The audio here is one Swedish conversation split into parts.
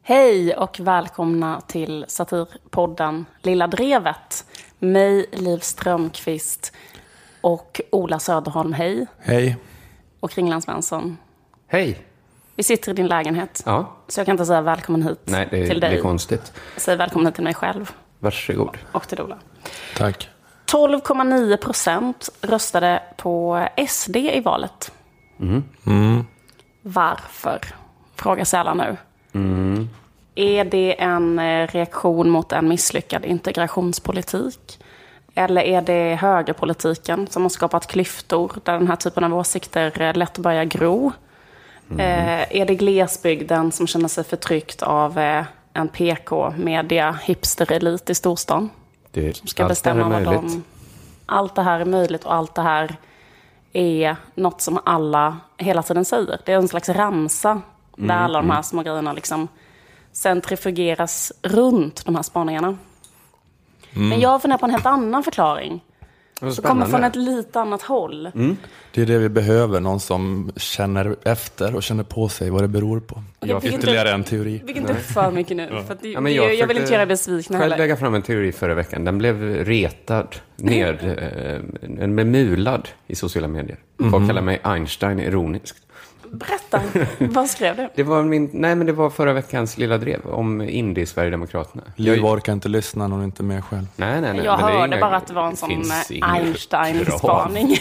Hej och välkomna till satirpodden Lilla Drevet. Mig, Liv Strömqvist och Ola Söderholm, hej. Hej. Och Kringland Svensson. Hej. Vi sitter i din lägenhet. Ja. Så jag kan inte säga välkommen hit till dig. Nej, det blir konstigt. Jag säger välkommen hit till mig själv. Varsågod. Och till Ola. Tack. 12,9% röstade på SD i valet. Varför? Frågar sig alla nu. Är det en reaktion mot en misslyckad integrationspolitik? Eller är det högerpolitiken som har skapat klyftor där den här typen av åsikter lätt börjar gro? Är det glesbygden som känner sig förtryckt av en PK-media hipster-elit i storstan? Som ska bestämma vad de... Allt det här är möjligt och allt det här är något som alla hela tiden säger. Det är en slags ramsa där alla de här små grejerna liksom centrifugeras runt de här spaningarna. Men jag funderar på en helt annan förklaring. Så kommer från ett lite annat håll. Det är det vi behöver, någon som känner efter och känner på sig vad det beror på. Ytterligare en teori. Vi kan inte för mycket nu. För att jag vill inte göra besvikna heller. Jag lägga fram en teori förra veckan. Den blev retad, den blev mulad i sociala medier. Folk kallar mig Einstein ironiskt. Berätta, vad skrev du? Det var förra veckans lilla drev om Sverigedemokraterna. Liv orkar inte lyssna när hon inte är med själv. Nej. Jag hörde bara att det var en sån Einstein-spaning.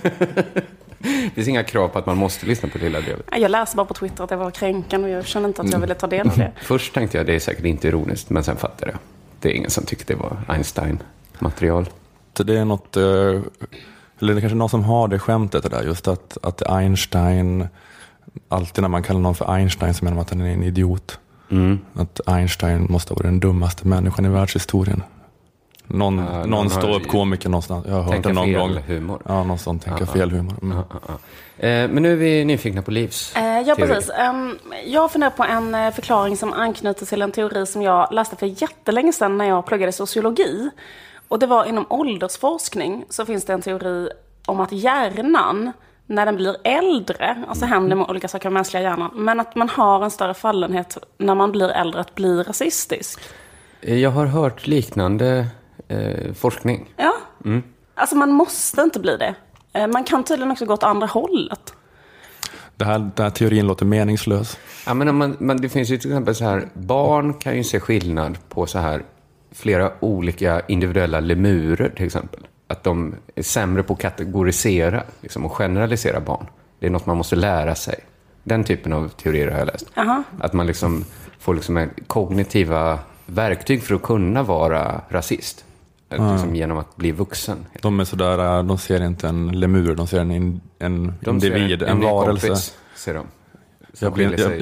Det finns inga krav på att man måste lyssna på lilla drevet. Jag läste bara på Twitter att det var kränkande och jag kände inte att jag ville ta del av det. Först tänkte jag det är säkert inte ironiskt, men sen fattade jag. Det är ingen som tyckte det var Einstein-material. Så det är något, eller det är kanske någon som har det skämtet det där, just att Einstein, alltid när man kallar någon för Einstein så menar man att han är en idiot. Att Einstein måste vara den dummaste människan i världshistorien. Någon ståuppkomiker någonstans. Jag har hört det någon gång. Humor. Ja, någon sån tänker fel humor. Men nu är vi nyfikna på Livs ja, precis. Jag funderar på en förklaring som anknyter till en teori som jag läste för jättelänge sedan när jag pluggade sociologi. Och det var inom åldersforskning så finns det en teori om att hjärnan, när den blir äldre, alltså händer med olika saker med mänskliga hjärnan, men att man har en större fallenhet när man blir äldre att bli rasistisk. Jag har hört liknande forskning. Ja, alltså man måste inte bli det. Man kan tydligen också gå åt andra hållet. Den här teorin låter meningslös. Ja, men det finns ju till exempel så här, barn kan ju se skillnad på så här flera olika individuella lemurer till exempel. Att de är sämre på att kategorisera liksom, och generalisera barn. Det är något man måste lära sig. Den typen av teorier har jag läst. Att man liksom får liksom kognitiva verktyg för att kunna vara rasist. Liksom genom att bli vuxen. De är sådär, de ser inte en lemur, de ser en individ, en varelse. Kompis, ser de. Jag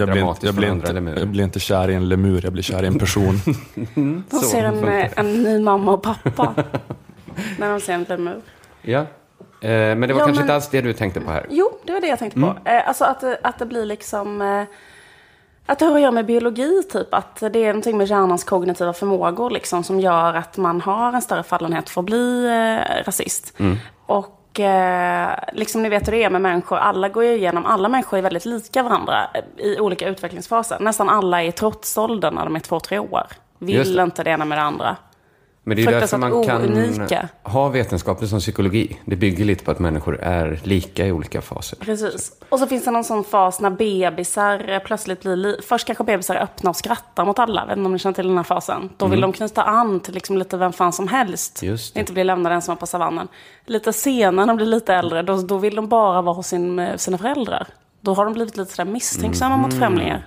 blir inte kär i en lemur, jag blir kär i en person. De ser en ny mamma och pappa när de ser en lemur. Ja, men det var kanske inte alls det du tänkte på här. Jo, det var det jag tänkte på. Alltså att det blir liksom... Att det har att göra med biologi, typ. Att det är någonting med hjärnans kognitiva förmågor liksom, som gör att man har en större fallenhet för att bli rasist. Och liksom ni vet hur det är med människor. Alla människor är väldigt lika varandra i olika utvecklingsfaser. Nästan alla är i trotsåldern när de är 2-3 år. Vill inte det ena med det andra. Men det är därför man kan ha vetenskapligt som psykologi. Det bygger lite på att människor är lika i olika faser. Precis. Och så finns det någon sån fas när bebisar plötsligt blir... Först kanske bebisar är öppna och skrattar mot alla. Jag vet inte om ni känner till den här fasen. Då vill de knyta an till liksom lite vem fan som helst. Just det. Inte bli lämnade ensamma på savannen. Lite senare när de blir lite äldre, då vill de bara vara hos sina föräldrar. Då har de blivit lite sådär misstänksamma mot främlingar.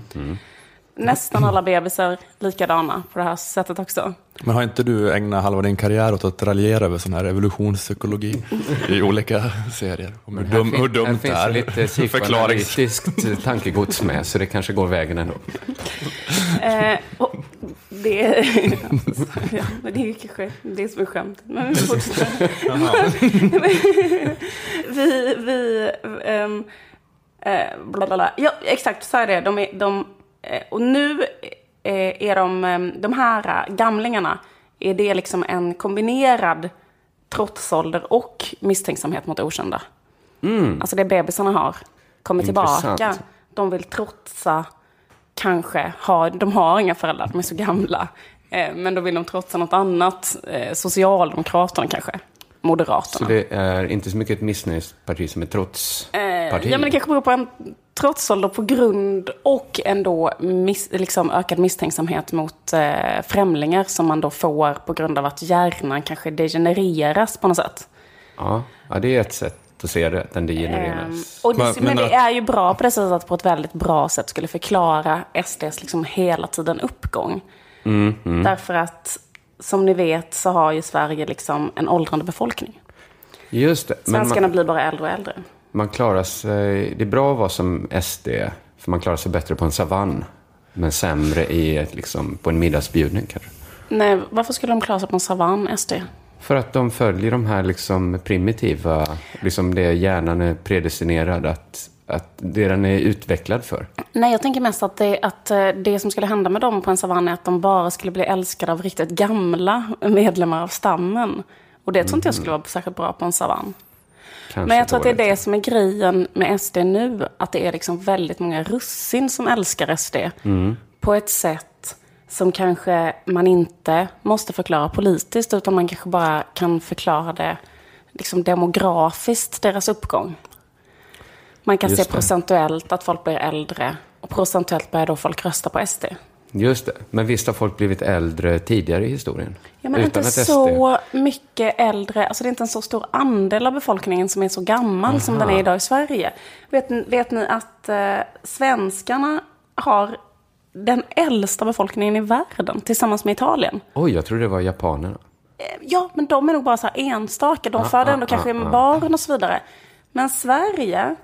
Nästan alla bebisar likadana på det här sättet också. Men har inte du ägnat halva din karriär åt att raljera över sån här evolutionspsykologi i olika serier? Om hur dumt det är. Här finns lite psykoanalystiskt tankegods med, så det kanske går vägen ändå. Det är ju kanske det som är skämt. Men vi fortsätter. Ja, exakt, så är det. Och nu är de här gamlingarna, är det liksom en kombinerad trotsålder och misstänksamhet mot okända. Alltså det bebisarna har kommit tillbaka. De vill trotsa kanske har inga föräldrar, de är så gamla. Men då vill de trotsa något annat. Socialdemokraterna kanske. Moderaterna. Så det är inte så mycket ett missnöjesparti som ett trotsparti? Ja, men det kanske beror på en trotsålder på grund och ändå liksom ökad misstänksamhet mot främlingar som man då får på grund av att hjärnan kanske degenereras på något sätt. Ja, det är ett sätt att se det, den degenereras. Men det är ju bra på det sättet att på ett väldigt bra sätt skulle förklara SDs liksom hela tiden uppgång. Därför att som ni vet så har ju Sverige liksom en åldrande befolkning. Just det. Svenskarna blir bara äldre och äldre. Man klarar sig, det är bra att vara som SD, för man klarar sig bättre på en savann, men sämre på en middagsbjudning kanske. Nej, varför skulle de klara sig på en savann, SD? För att de följer de här liksom primitiva, liksom det hjärnan är predestinerad att det den är utvecklad för. Nej, jag tänker mest att det som skulle hända med dem på en savann är att de bara skulle bli älskade av riktigt gamla medlemmar av stammen. Och det tror inte jag skulle vara särskilt bra på en savann. Kanske. Men jag tror att det är det som är grejen med SD nu. Att det är liksom väldigt många russin som älskar SD. På ett sätt som kanske man inte måste förklara politiskt. Utan man kanske bara kan förklara det liksom demografiskt, deras uppgång. Man kan se procentuellt att folk blir äldre. Och procentuellt börjar då folk rösta på SD. Just det. Men visst har folk blivit äldre tidigare i historien? Ja, men inte så mycket äldre. Alltså det är inte en så stor andel av befolkningen som är så gammal som den är idag i Sverige. Vet ni att svenskarna har den äldsta befolkningen i världen tillsammans med Italien? Oj, jag tror det var japanerna. Ja, men de är nog bara så här enstaka. De föder ändå kanske barn och så vidare. Men Sverige...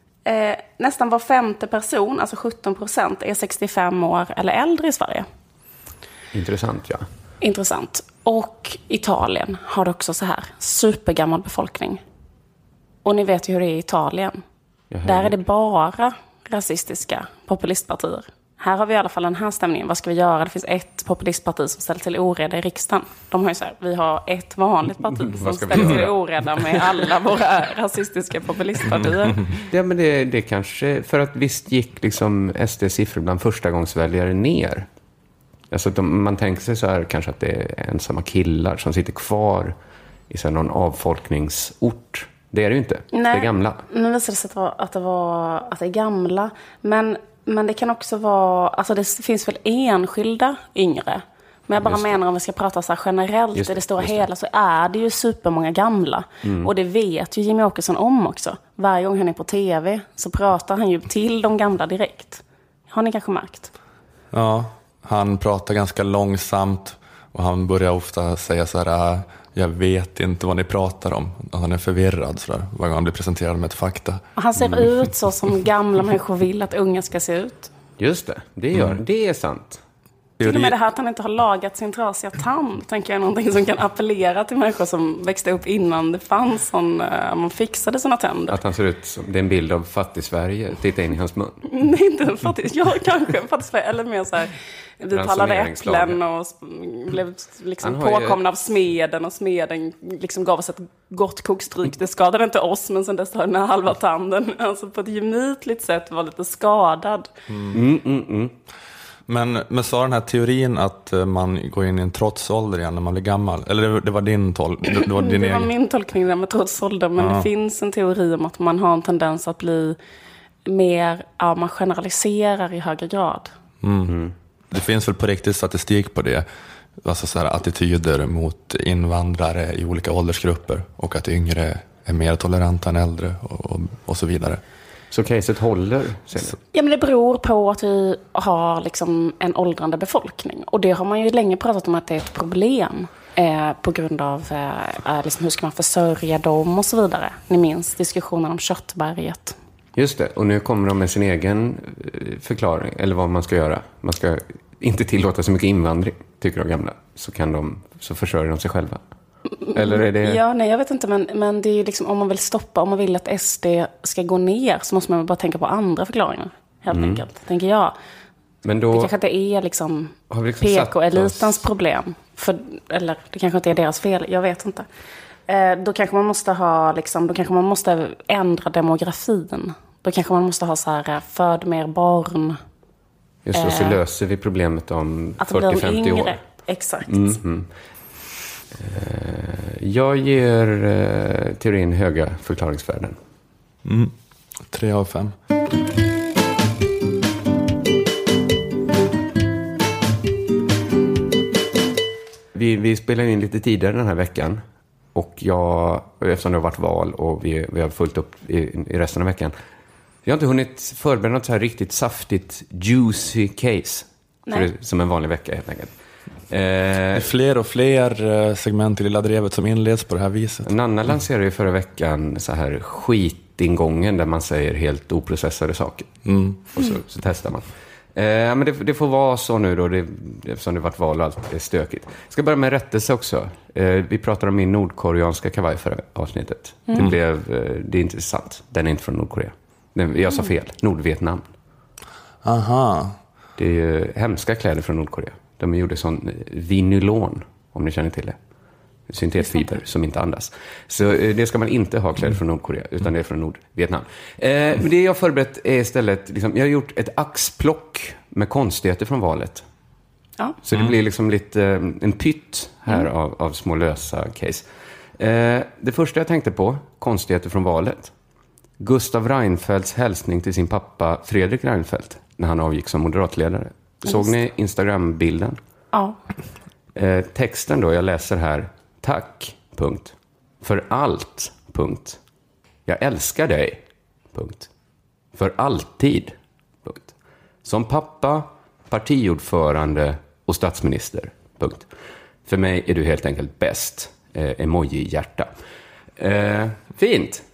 nästan var 5:e person, alltså 17%, är 65 år eller äldre i Sverige. Intressant, ja. Intressant. Och Italien har också så här supergammal befolkning. Och ni vet ju hur det är i Italien. Där är det bara rasistiska populistpartier. Här har vi i alla fall den här stämningen. Vad ska vi göra? Det finns ett populistparti som ställer till oreda i riksdagen. De har ju så här, vi har ett vanligt parti som ställer till oreda med alla våra rasistiska populistpartier. Ja, men det kanske, för att visst gick liksom SD-siffror bland förstagångsväljare ner. Alltså man tänker sig så här kanske att det är ensamma killar som sitter kvar i så här någon avfolkningsort. Det är det ju inte. Nej, det är gamla. Nu visade det sig att det är gamla. Men det kan också vara... Alltså det finns väl enskilda yngre. Men jag bara menar om vi ska prata så här generellt i det stora hela så är det ju supermånga gamla. Och det vet ju Jimmy Åkesson om också. Varje gång han är på tv så pratar han ju till de gamla direkt. Har ni kanske märkt? Ja, han pratar ganska långsamt och han börjar ofta säga så här: jag vet inte vad ni pratar om. Han är förvirrad så där, varje gång han blir presenterad med ett fakta. Och han ser ut så som gamla människor vill att unga ska se ut. Just det, det gör det är sant. Till och med det här att han inte har lagat sin trasiga tand tänker jag är någonting som kan appellera till människor som växte upp innan det fanns man fixade sina tänder. Att han ser ut som, det är en bild av fattig-Sverige, titta in i hans mun. Nej, inte fattig, ja kanske fattig-Sverige, eller mer så här, vi talade äpplen och blev liksom påkomna av smeden och smeden liksom gav oss ett gott kokstryk. Det skadade inte oss, men sen dess har den här halva tanden alltså på ett gemytligt sätt var lite skadad. Men sa den här teorin att man går in i en trotsålder igen när man blir gammal? Eller det var din tolkning? Det var min tolkning där med trotsålder. Men det finns en teori om att man har en tendens att bli mer... Ja, man generaliserar i högre grad. Det finns väl på riktigt statistik på det. Alltså så här attityder mot invandrare i olika åldersgrupper. Och att yngre är mer toleranta än äldre och så vidare. Så caset håller? Ja, men det beror på att vi har liksom en åldrande befolkning. Och det har man ju länge pratat om att det är ett problem. På grund av liksom, hur ska man försörja dem och så vidare. Ni minns diskussionen om köttberget. Just det, och nu kommer de med sin egen förklaring. Eller vad man ska göra. Man ska inte tillåta så mycket invandring, tycker de gamla. Så försörjer de sig själva. Eller är det... Ja, nej, jag vet inte, men det är ju liksom, om man vill att SD ska gå ner så måste man bara tänka på andra förklaringar, helt enkelt, tänker jag. Men då... Det kanske inte är liksom PK-elitens problem, eller det kanske inte är deras fel, jag vet inte. Då kanske man måste ha liksom, då kanske man måste ändra demografin. Då kanske man måste ha så här föd mer barn Just så löser vi problemet om 40-50 år. Exakt. Jag ger teorin höga förklaringsvärden. 3 av 5. Vi spelar in lite tidigare den här veckan. Och eftersom det har varit val och vi har fullt upp i resten av veckan. Jag har inte hunnit förbereda något så här riktigt saftigt, juicy case. Som en vanlig vecka helt enkelt. Det är fler och fler segment i Lilla Drevet som inleds på det här viset. Nanna lanserade ju förra veckan så här skitingången där man säger helt oprocessade saker. Och så testar man. Men det får vara så nu då, eftersom det varit val och allt är stökigt. Jag ska börja med rättelse också. Vi pratade om min nordkoreanska kavaj förra avsnittet. Det är inte sant. Den är inte från Nordkorea. Jag sa fel. Nordvietnam. Aha. Det är ju hemska kläder från Nordkorea. De gjorde sån vinylon, om ni känner till det. Syntetfiber som inte andas. Så det ska man inte ha kläder från Nordkorea, utan det är från Nordvietnam. Men det jag förberett är istället, liksom, jag har gjort ett axplock med konstigheter från valet. Ja. Så det blir liksom lite en pytt här av små lösa case. Det första jag tänkte på, konstigheter från valet. Gustav Reinfeldts hälsning till sin pappa Fredrik Reinfeldt när han avgick som moderatledare. Såg ni Instagram-bilden? Ja. Texten då, jag läser här. Tack, punkt. För allt, punkt. Jag älskar dig, punkt. För alltid, punkt. Som pappa, partiordförande och statsminister, punkt. För mig är du helt enkelt bäst. Emoji-hjärta. Fint.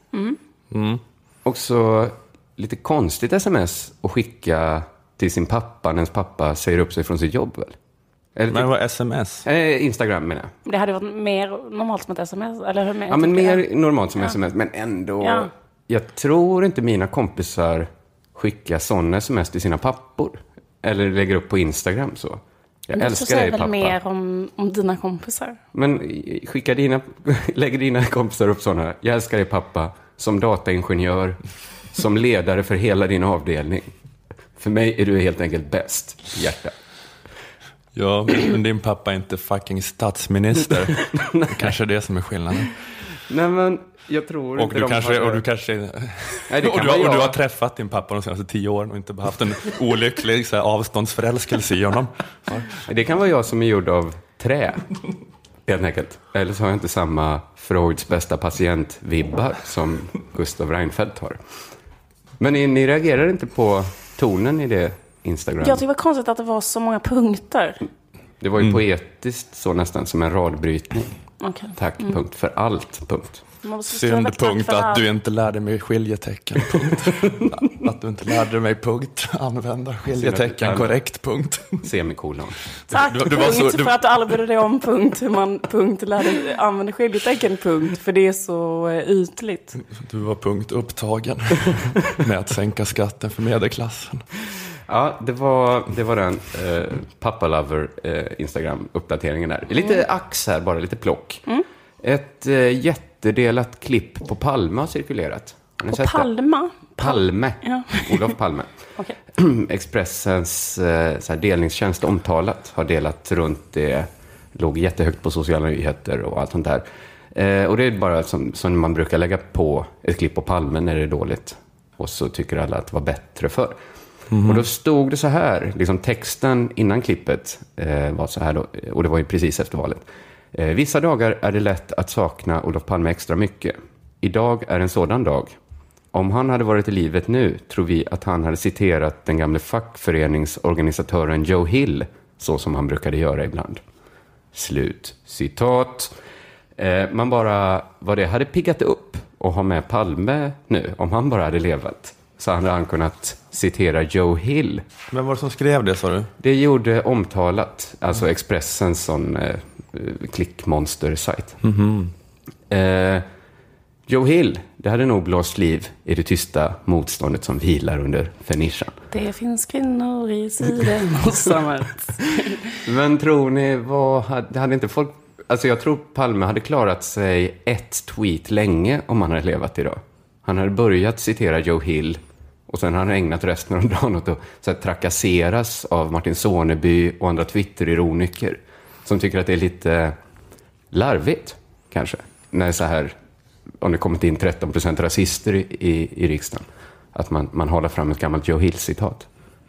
Också lite konstigt sms att skicka till sin pappa när ens pappa säger upp sig från sitt jobb, väl? Men det var sms? Instagram menar jag. Det hade varit mer normalt som ett sms? Eller hur? Ja, men mer normalt som sms. Men ändå, jag tror inte mina kompisar skickar sådana sms till sina pappor. Eller lägger upp på Instagram så. Jag älskar dig, pappa. Du säger väl mer om dina kompisar? Men lägger dina kompisar upp sådana. Jag älskar dig, pappa. Som dataingenjör. Som ledare för hela din avdelning. För mig är du helt enkelt bäst, hjärta. Ja, men din pappa är inte fucking statsminister. Kanske det som är skillnaden. Nej, men jag tror inte du har träffat din pappa de senaste 10 åren och inte haft en olycklig så här, avståndsförälskelse i honom. Det kan vara jag som är gjord av trä, helt enkelt. Eller så har jag inte samma Freuds bästa patient-vibbar som Gustav Reinfeldt har. Men ni reagerar inte på tonen i det Instagram? Jag tycker det var konstigt att det var så många punkter. Det var ju poetiskt så nästan som en radbrytning. Okay. Tack, punkt. För allt, punkt. Synd, punkt. Att du inte lärde mig skiljetecken, punkt. Att du inte lärde mig, punkt. Använda skiljetecken korrekt, punkt. Semikolon. Tack, för att du aldrig började dig om, punkt. Hur man, punkt, lärde använda skiljetecken, punkt. För det är så ytligt. Du var, punkt, upptagen med att sänka skatten för medelklassen. Ja, det var den Pappa-lover Instagram-uppdateringen där. Lite ax här, bara lite plock. Ett jättedelat klipp på Palme har cirkulerat. På Palme? Palme. Ja. Olof Palme. Okay. Expressens så här, delningstjänst omtalat har delat runt det. Låg jättehögt på sociala nyheter och allt sånt där. Och det är bara som man brukar lägga på ett klipp på Palme när det är dåligt. Och så tycker alla att det var bättre för. Och då stod det så här, liksom texten innan klippet var så här då, och det var ju precis efter valet. Vissa dagar är det lätt att sakna Olof Palme extra mycket. Idag är en sådan dag. Om han hade varit i livet nu tror vi att han hade citerat den gamla fackföreningsorganisatören Joe Hill så som han brukade göra ibland. Slut citat. Man bara, vad det hade piggat upp och ha med Palme nu, om han bara hade levat. Så hade han kunnat citera Joe Hill. Vem var det som skrev det, sa du? Det gjorde omtalat. Alltså Expressens sån klickmonster-sajt. Joe Hill, det hade nog blåst liv i det tysta motståndet som vilar under fernischen. Det finns kvinnor i sidan och samhället. Men tror ni, hade inte folk... Alltså jag tror Palme hade klarat sig ett tweet länge om han hade levat idag. Han hade börjat citera Joe Hill Och sen har han ägnat resten av dagen åt att så här, trakasseras av Martin Soneby och andra Twitter-ironiker som tycker att det är lite larvigt, kanske. När så här, om det kommit in 13% rasister i riksdagen, att man håller fram ett gammalt Joe Hill-citat.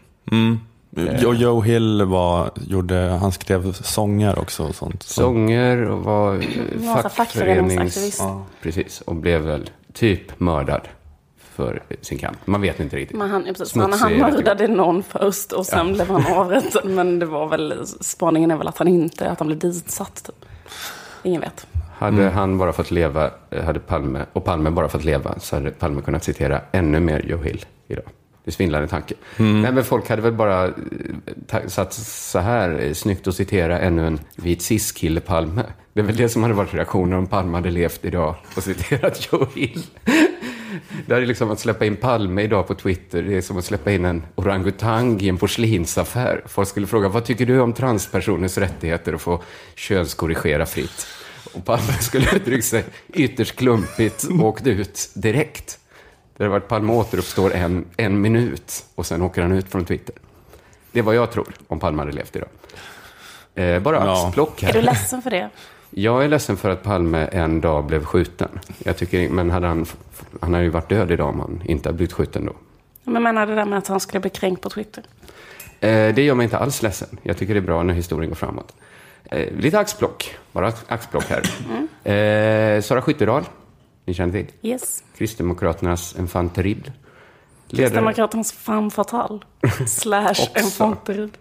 Joe Hill han skrev sånger också och sånt. Sånger och var fackföreningsaktivist. Ja, precis. Och blev väl typ mördad för sin kamp. Man vet inte riktigt. Men han mördade någon först och sen blev han avrättad. Men det var väl, spaningen är väl att han blev ditsatt. Typ. Ingen vet. Hade han bara fått leva, Palme bara fått leva, så hade Palme kunnat citera ännu mer Joe Hill idag. Det är svindlande tanke. Nej, men folk hade väl bara satt så här snyggt att citera ännu en vit cis-kille Palme. Det är väl det som hade varit reaktionen om Palme hade levt idag och citerat Joe Hill. Det är liksom att släppa in Palme idag på Twitter. Det är som att släppa in en orangutang i en porslinsaffär. Folk skulle fråga, vad tycker du om transpersoners rättigheter att få könskorrigera fritt? Och Palme skulle uttrycka sig ytterst klumpigt och åkte ut direkt. Det har varit Palme återuppstår en minut och sen åker han ut från Twitter. Det är vad jag tror om Palme hade levt idag. Bara axplock här. Är du ledsen för det? Jag är ledsen för att Palme en dag blev skjuten. Men han hade ju varit död idag om han inte hade blivit skjuten då. Men menar det där med att han skulle bli kränkt på Twitter? Det gör mig inte alls ledsen. Jag tycker det är bra när historien går framåt. Lite axplock. Bara axplock här. Sara Skyttedal. Ni känner till? Yes. Kristdemokraternas enfant terrible. Kristdemokraternas femme fatale. / enfant terrible.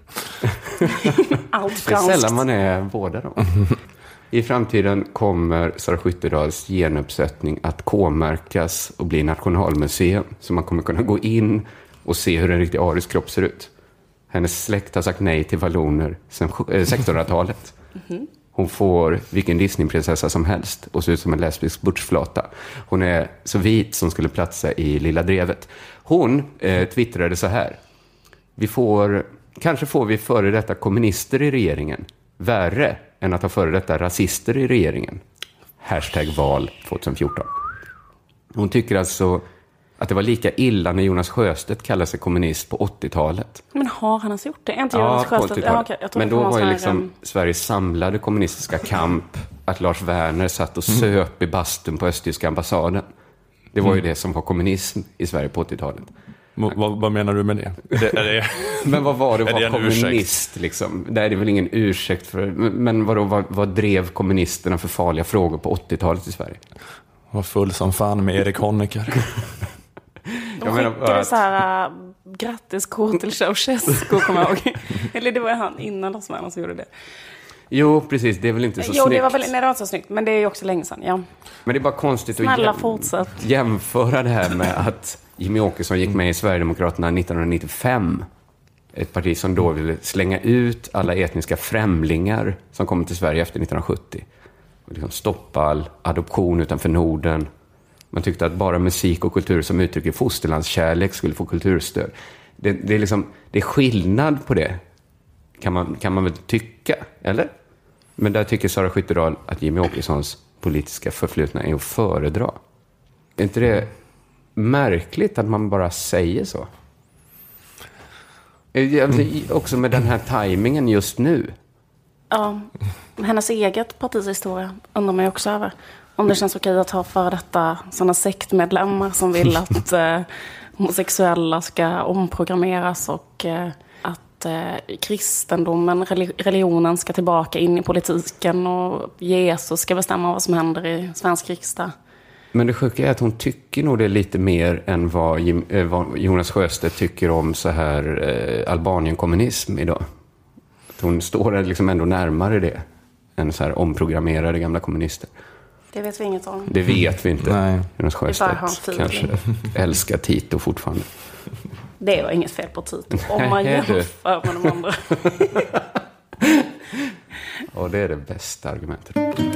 Allt franskt. Det är sällan man är båda då. I framtiden kommer Sara Skyttedals genuppsättning att K-märkas och bli nationalmuseum. Så man kommer kunna gå in och se hur en riktig arisk kropp ser ut. Hennes släkt har sagt nej till valloner sedan 1600-talet. Hon får vilken Disneyprinsessa som helst och ser ut som en lesbisk butchflata. Hon är så vit som skulle platsa i Lilla Drevet. Hon twittrade så här. Kanske får vi före detta kommunister i regeringen. Värre än att ha före detta rasister i regeringen. #val 2014. Hon tycker alltså att det var lika illa när Jonas Sjöstedt kallade sig kommunist på 80-talet. Men har han ens gjort det? Är inte Jonas Sjöstedt? Ja, okay. Men då var ju liksom Sveriges samlade kommunistiska kamp att Lars Werner satt och söp i bastun på östtyska ambassaden. Det var ju det som var kommunism i Sverige på 80-talet. Vad menar du med det? Men vad var det att vara kommunist? Liksom? Det är väl ingen ursäkt för... Men vad drev kommunisterna för farliga frågor på 80-talet i Sverige? Var full som fan med Erik Honecker. De skickade så här grattiskort till Ceausescu, kommer jag ihåg. Eller det var han innan Lars Werner som gjorde det. Jo, precis. Det är väl inte så snyggt. Det var väl, nej, det var inte så snyggt. Men det är ju också länge sedan, ja. Men det är bara konstigt fortsätt. Jämföra det här med att Jimmie Åkesson gick med i Sverigedemokraterna 1995. Ett parti som då ville slänga ut alla etniska främlingar som kom till Sverige efter 1970. Och liksom stoppa all adoption utanför Norden. Man tyckte att bara musik och kultur som uttrycker fosterlandskärlek skulle få kulturstöd. Det är liksom, det är skillnad på det. Kan man väl tycka, eller? Men där tycker Sara Skyttedal att Jimmie Åkessons politiska förflutna är att föredra. Är inte det märkligt att man bara säger så? Också med den här tajmingen just nu. Ja, hennes eget partis historia undrar mig också över. Om det känns okej att ha för detta sådana sektmedlemmar som vill att homosexuella ska omprogrammeras och att kristendomen, religionen ska tillbaka in i politiken och Jesus ska bestämma vad som händer i svensk riksdag. Men det sjuka är att hon tycker nog det lite mer än vad Jonas Sjöstedt tycker om så här Albanien-kommunism idag. Att hon står liksom ändå närmare det än så här omprogrammerade gamla kommunister. Det vet vi inget om. Det vet vi inte. Nej. Jonas Sjöstedt kanske älskar Tito fortfarande. Det var inget fel på Tito. Om man jämför med de andra. Och det är det bästa argumentet.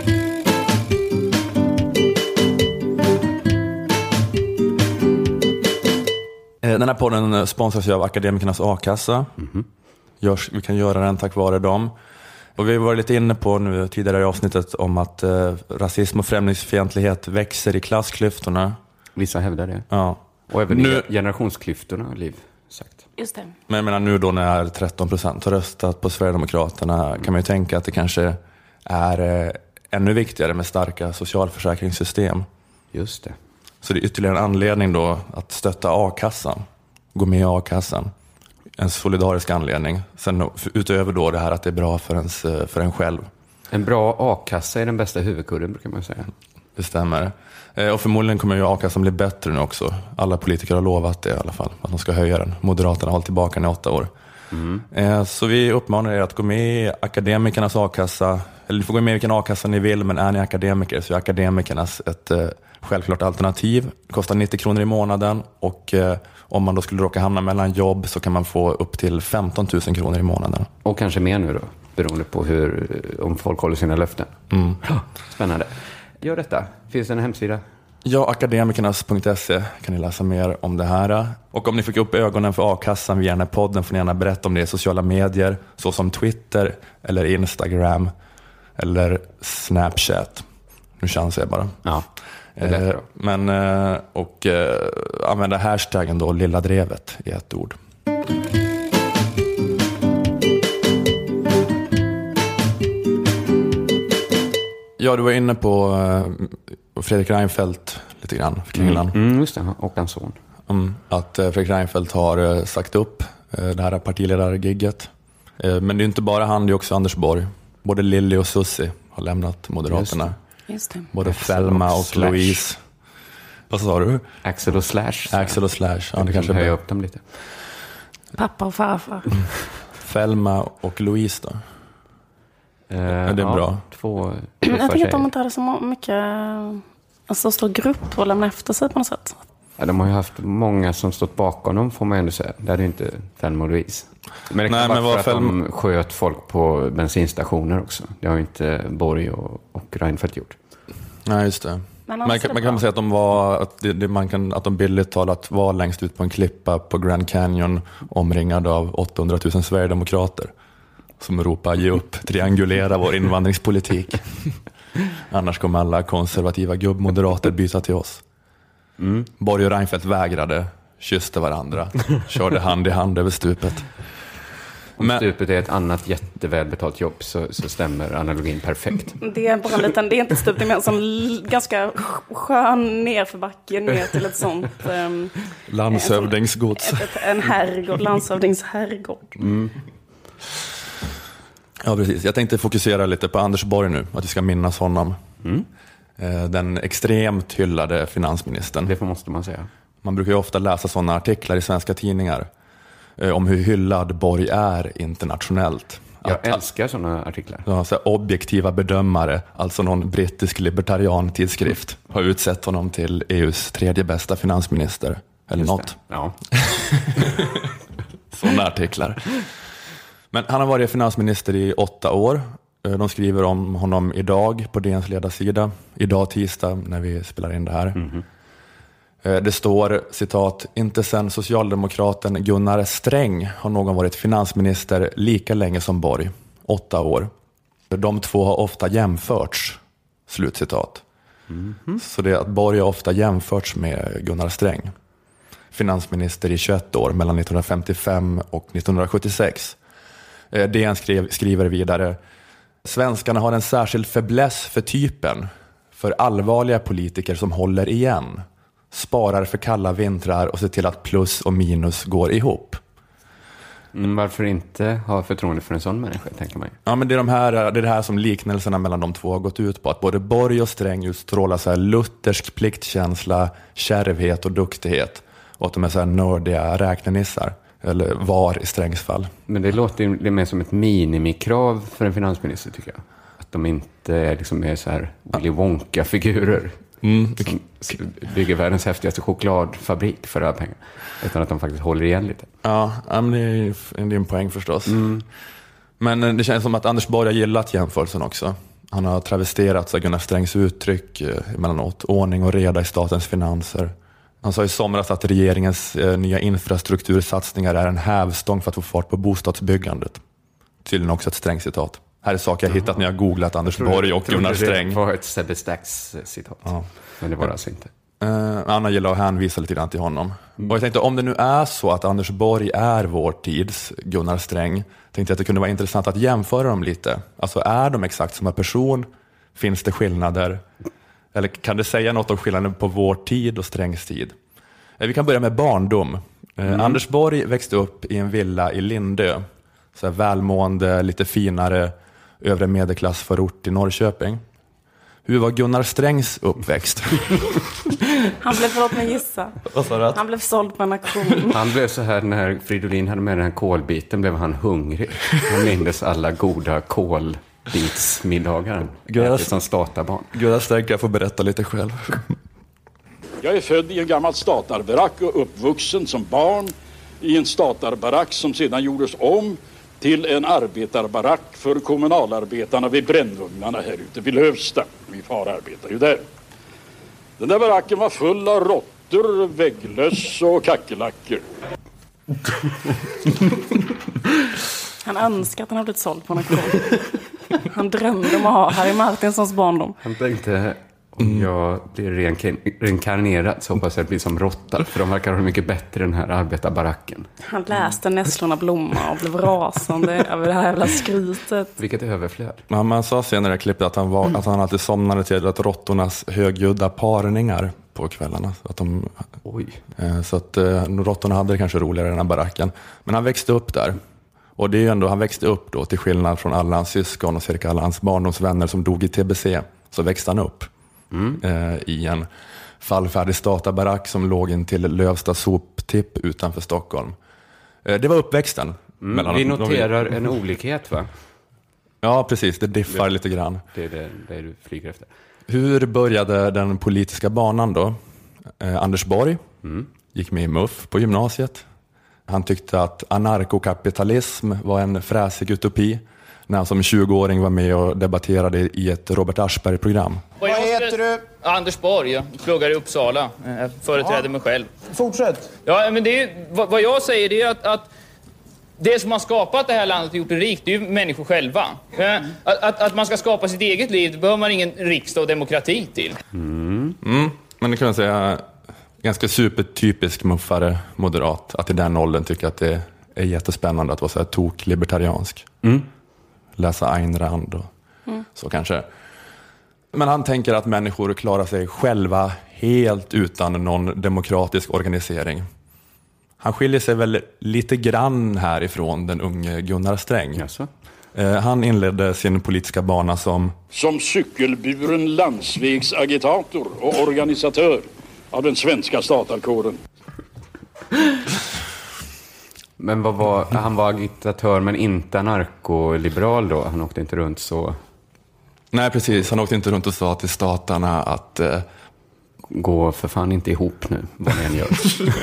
Den här podden sponsras ju av Akademikernas A-kassa. Vi kan göra den tack vare dem. Och vi var lite inne på nu tidigare i avsnittet om att rasism och främlingsfientlighet växer i klassklyftorna. Vissa hävdar det. Ja. Och även generationsklyftorna har Liv sagt. Just det. Men jag menar nu då när 13% har röstat på Sverigedemokraterna kan man ju tänka att det kanske är ännu viktigare med starka socialförsäkringssystem. Just det. Så det är ytterligare en anledning då att stötta a-kassan. Gå med i a-kassan. En solidarisk anledning. Sen utöver då det här att det är bra för en själv. En bra a-kassa är den bästa huvudkudden, brukar man säga. Det stämmer. Och förmodligen kommer ju a-kassan bli bättre nu också. Alla politiker har lovat det i alla fall. Att de ska höja den. Moderaterna har hållit tillbaka den i 8 år. Så vi uppmanar er att gå med i akademikernas a-kassa. Eller ni får gå med i vilken a-kassa ni vill, men är ni akademiker så är akademikernas ett självklart alternativ. Det kostar 90 kronor i månaden och om man då skulle råka hamna mellan jobb så kan man få upp till 15 000 kronor i månaden. Och kanske mer nu då, beroende på om folk håller sina löften. Spännande. Gör detta. Finns det en hemsida? Ja, akademikernas.se kan ni läsa mer om det här. Och om ni fick upp ögonen för a-kassan via den här podden får ni gärna berätta om det i sociala medier såsom Twitter eller Instagram eller Snapchat. Nu chansar jag bara. Ja, använda hashtaggen då, lilla drevet i ett ord. Ja, du var inne på Fredrik Reinfeldt lite grann för Kringlan. Just det, och hans son. Att Fredrik Reinfeldt har sagt upp det här partiledargigget. Men det är inte bara han, det är också Anders Borg. Både Lilly och Susie har lämnat Moderaterna. Just det. Både Axel Thelma och Louise. Vad sa du? Axel och Slash. Axel och Slash. Ja, det kanske höja upp dem lite. Pappa och farfar. Thelma och Louise då? Är det bra? Jag tycker att de inte hade så mycket, så stor grupp att lämna efter sig på något sätt. Ja, de har ju haft många som stått bakom dem, får man ändå säga. Det är ju inte Thelma och Louise. Men det kan vara för att de sköt folk på bensinstationer också. Det har ju inte Borg och Reinfeldt gjort. Nej, just det. Man kan säga att de var att de billigt talat var längst ut på en klippa på Grand Canyon omringad av 800 000 sverigedemokrater som ropar ge upp, triangulera vår invandringspolitik. Annars kommer alla konservativa gubbmoderater byta till oss. Borg och Reinfeldt vägrade, kysste varandra, körde hand i hand över stupet. Om stupet är ett annat jättevälbetalt jobb så stämmer analogin perfekt. Det är bara en liten, det är inte stup, det är mer som ganska skön nerför backen ner till ett sånt landshövdingsgods. En herrgård, landshövdings herrgård. Ja, precis. Jag tänkte fokusera lite på Anders Borg nu, att vi ska minnas honom. Den extremt hyllade finansministern. Det måste man säga. Man brukar ju ofta läsa sådana artiklar i svenska tidningar om hur hyllad Borg är internationellt. Jag älskar sådana artiklar. Ja, så objektiva bedömare, alltså någon brittisk libertarian tidskrift, har utsett honom till EUs 3:e bästa finansminister. Eller något. Ja. Sådana artiklar. Men han har varit finansminister i 8 år. De skriver om honom idag på DNs ledarsida. Idag tisdag när vi spelar in det här. Det står, citat, inte sedan socialdemokraten Gunnar Sträng har någon varit finansminister lika länge som Borg. 8 år. De två har ofta jämförts. Slutcitat. Så det att Borg har ofta jämförts med Gunnar Sträng. Finansminister i 21 år mellan 1955 och 1976. DN skriver vidare: svenskarna har en särskild fäbless för typen, för allvarliga politiker som håller igen, sparar för kalla vintrar och ser till att plus och minus går ihop. Varför inte ha förtroende för en sån människa, tänker man. Ja, men det är det här som liknelserna mellan de två har gått ut på, att både Borg och Sträng utstrålar så här luthersk pliktkänsla, kärvhet och duktighet, och att de är så här nördiga räknenissar. Eller var i Strängs fall. Men det låter ju mer som ett minimikrav för en finansminister, tycker jag. Att de inte liksom är så här Willy Wonka-figurer. Som bygger världens häftigaste chokladfabrik för att ha pengar. Utan att de faktiskt håller igen lite. Ja, men det är en poäng förstås. Men det känns som att Anders Borg har gillat jämförelsen också. Han har travesterat Gunnar Strängs uttryck emellanåt. Ordning och reda i statens finanser. Han sa i somras att regeringens nya infrastruktursatsningar är en hävstång för att få fart på bostadsbyggandet. Tydligen också ett Sträng-citat. Här är saker jag hittat när jag googlat Anders Borg och Gunnar Sträng. Det var ett Sebbe Stax-citat. Ja. Men det var det alltså inte. Anna gillar att hänvisa lite grann till honom. Och jag tänkte, om det nu är så att Anders Borg är vår tids Gunnar Sträng, tänkte jag att det kunde vara intressant att jämföra dem lite. Alltså, är de exakt samma person? Finns det skillnader? Eller kan det säga något om skillnaden på vår tid och Strängs tid? Vi kan börja med barndom. Anders Borg växte upp i en villa i Lindö. Så här välmående, lite finare, övre medelklassförort i Norrköping. Hur var Gunnar Strängs uppväxt? Han blev, förlåt mig gissa. Han blev såld på en auktion. Han blev så här, när Fridolin hade med den här kolbiten blev han hungrig. Han mindes alla goda kolbitsmiddagar. Som statarbarn. Gunnar Sträng kan få berätta lite själv. Jag är född i en gammal statarbarack och uppvuxen som barn i en statarbarack som sedan gjordes om till en arbetarbarack för kommunalarbetarna vid brännugnarna här ute vid Lövsta. Min far arbetar ju där. Den där baracken var full av råttor, vägglöss och kackerlackor. Han önskar att han hade blivit såld på en auktion. Han drömde om att ha Harry Martinsons barndom. Han tänkte, om jag blir reinkarnerad så hoppas jag bli som råtta. För de verkar ha mycket bättre den här arbetarbaracken. Han läste Nässlorna blomma och blev rasande över det här jävla skrytet. Vilket överflöd. Man sa senare i klippet att att han alltid somnade till att råttornas högljudda parningar på kvällarna. Så att råttorna hade det kanske roligare i den här baracken. Men han växte upp där. Och det är ju ändå, han växte upp då, till skillnad från alla hans syskon och cirka alla hans barndomsvänner som dog i TBC. Så växte han upp i en fallfärdig statabarack som låg in till Lövsta soptipp utanför Stockholm. Det var uppväxten. Vi noterar en olikhet, va? Ja, precis. Det diffar lite grann. Det är det du flyger efter. Hur började den politiska banan då? Anders Borg gick med i MUF på gymnasiet. Han tyckte att anarkokapitalism var en fräsig utopi när han som 20-åring var med och debatterade i ett Robert Aschberg-program. Vad heter du? Anders Borg, jag pluggar i Uppsala. Jag företräder mig själv. Fortsätt. Ja, men det är, vad jag säger det är att det som har skapat det här landet och gjort det rikt, det är ju människor själva. Att man ska skapa sitt eget liv, det behöver man ingen riksdag och demokrati till. Men det kan man säga, ganska supertypisk muffare moderat. Att i den åldern tycker att det är jättespännande att vara så här tok-libertariansk. Läsa Ayn Rand och så kanske. Men han tänker att människor klarar sig själva helt utan någon demokratisk organisering. Han skiljer sig väl lite grann härifrån den unge Gunnar Sträng. Jaså? Han inledde sin politiska bana som cykelburen landsvägsagitator och organisatör av den svenska statarkåren. Men han var agitatör men inte anarkoliberal då? Han åkte inte runt så... Nej, precis. Han åkte inte runt och sa till statarna att... Gå för fan inte ihop nu, vad ni än gör.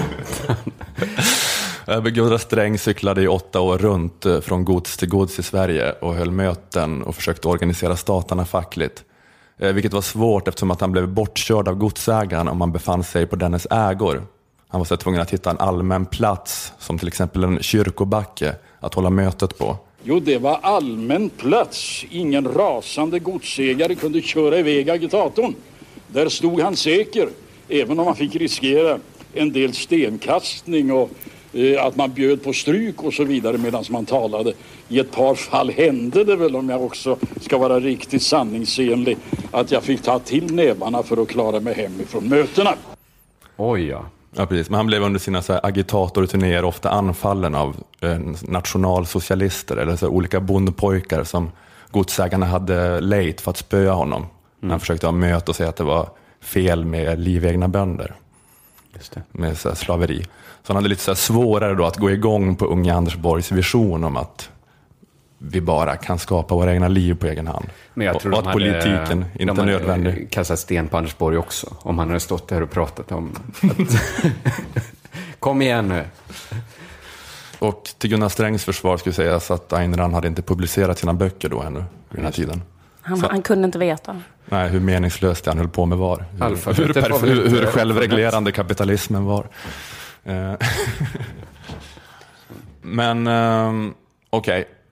Gunnar Sträng cyklade i 8 år runt från gods till gods i Sverige och höll möten och försökte organisera statarna fackligt. Vilket var svårt eftersom att han blev bortkörd av godsägaren om man befann sig på dennes ägor. Han var så tvungen att hitta en allmän plats, som till exempel en kyrkobacke, att hålla mötet på. Jo, det var allmän plats. Ingen rasande godsägare kunde köra iväg agitatorn. Där stod han säker, även om han fick riskera en del stenkastning och att man bjöd på stryk och så vidare medan man talade. I ett par fall hände det väl, om jag också ska vara riktigt sanningsenlig, att jag fick ta till nävarna för att klara mig hem ifrån mötena. Oj ja. Ja, precis. Men han blev under sina så här agitatorturnéer ofta anfallen av nationalsocialister eller så olika bondpojkar som godsägarna hade lejt för att spöa honom. När han försökte ha möte och säga att det var fel med livegna bönder. Just det. Med så här slaveri. Så han hade lite så här svårare då att gå igång på unga Anders Borgs vision om att vi bara kan skapa våra egna liv på egen hand. Men jag tror och att politiken inte är nödvändig. De kastat sten på Anders Borg också. Om han hade stått där och pratat om att kom igen nu. Och till Gunnar Strängs försvar skulle sägas att Ayn Rand hade inte publicerat sina böcker då ännu vid den här tiden. Han kunde inte veta. Nej, hur meningslöst det han höll på med var. Hur självreglerande kapitalismen var. Men okej.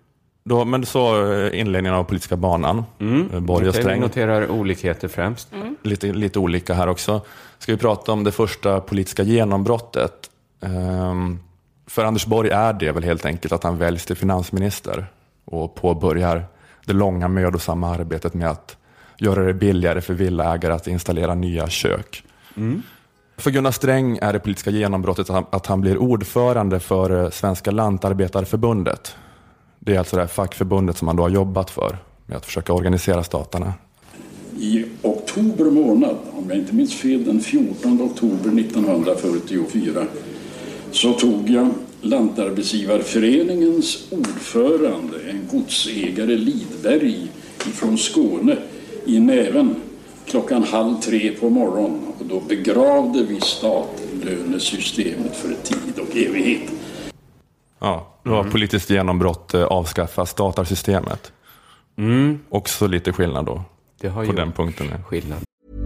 Men så inledningen av politiska banan. Borg och Sträng. Vi noterar olikheter främst. Lite olika här också. Ska vi prata om det första politiska genombrottet. För Anders Borg är det väl helt enkelt att han väljs till finansminister och påbörjar det långa mödosamma arbetet med att göra det billigare för villaägare att installera nya kök. För Gunnar Sträng är det politiska genombrottet att han blir ordförande för Svenska Lantarbetarförbundet. Det är alltså det här fackförbundet som han då har jobbat för med att försöka organisera staterna. I oktober månad, om jag inte minns fel, den 14 oktober 1944 så tog jag Lantarbetsgivarföreningens ordförande, en godsägare Lidberg från Skåne, i näven 2:30 på morgonen, och då begravde vi statlönesystemet för tid och evighet. Ja, det var politiskt genombrott, avskaffa statarsystemet. Också lite skillnad då. Det har på ju den punkten. Skillnad.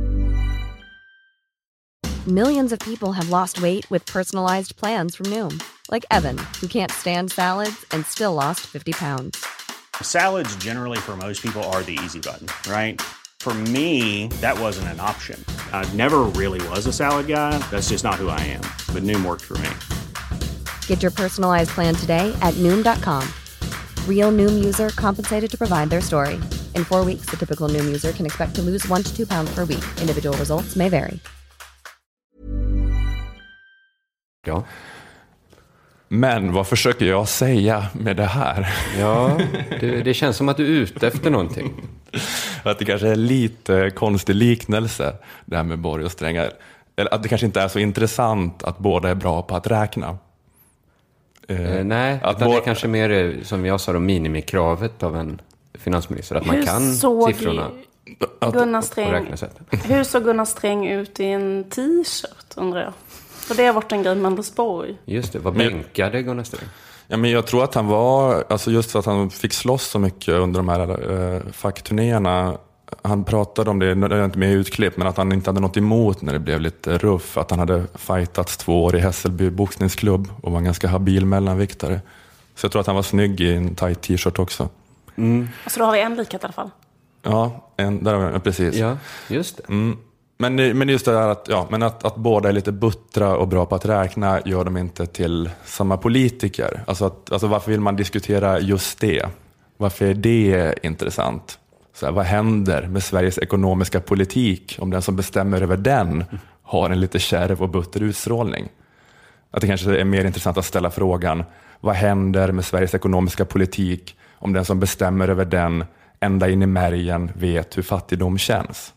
Millions of people have lost weight with personalized plans from Noom. Like Evan, who can't stand salads and still lost 50 pounds. Salads generally for most people are the easy button, right? For me, that wasn't an option. I never really was a salad guy. That's just not who I am. But Noom worked for me. Get your personalized plan today at Noom.com. Real Noom user compensated to provide their story. In 4 weeks, the typical Noom user can expect to lose 1 to 2 pounds per week. Individual results may vary. Ja. Men vad försöker jag säga med det här? Ja, det känns som att du är ute efter någonting. Att det kanske är lite konstig liknelse, det här med Borg och Sträng. Eller att det kanske inte är så intressant att båda är bra på att räkna. Nej, att det är kanske mer, som jag sa, minimikravet av en finansminister. Att man kan siffrorna. Gunnar Sträng, hur såg Gunnar Sträng ut i en t-shirt, undrar jag? För det har varit en grej med Anders Borg. Just det, vad bänkade Gunnar Sträng? Ja, men jag tror att han var, alltså just för att han fick slåss så mycket under de här fackturnéerna. Han pratade om det är inte med i utklipp, men att han inte hade något emot när det blev lite ruff. Att han hade fightats 2 år i Hässelby boxningsklubb och var en ganska habil mellanviktare. Så jag tror att han var snygg i en tight t-shirt också. Så då har vi en likhet i alla fall. Ja, där har vi, precis. Ja, just det. Men just det här att båda är lite buttra och bra på att räkna gör dem inte till samma politiker. Alltså varför vill man diskutera just det? Varför är det intressant? Så här, vad händer med Sveriges ekonomiska politik om den som bestämmer över den har en lite kärv och butter utstrålning? Att det kanske är mer intressant att ställa frågan, vad händer med Sveriges ekonomiska politik om den som bestämmer över den ända in i märgen vet hur fattigdom känns?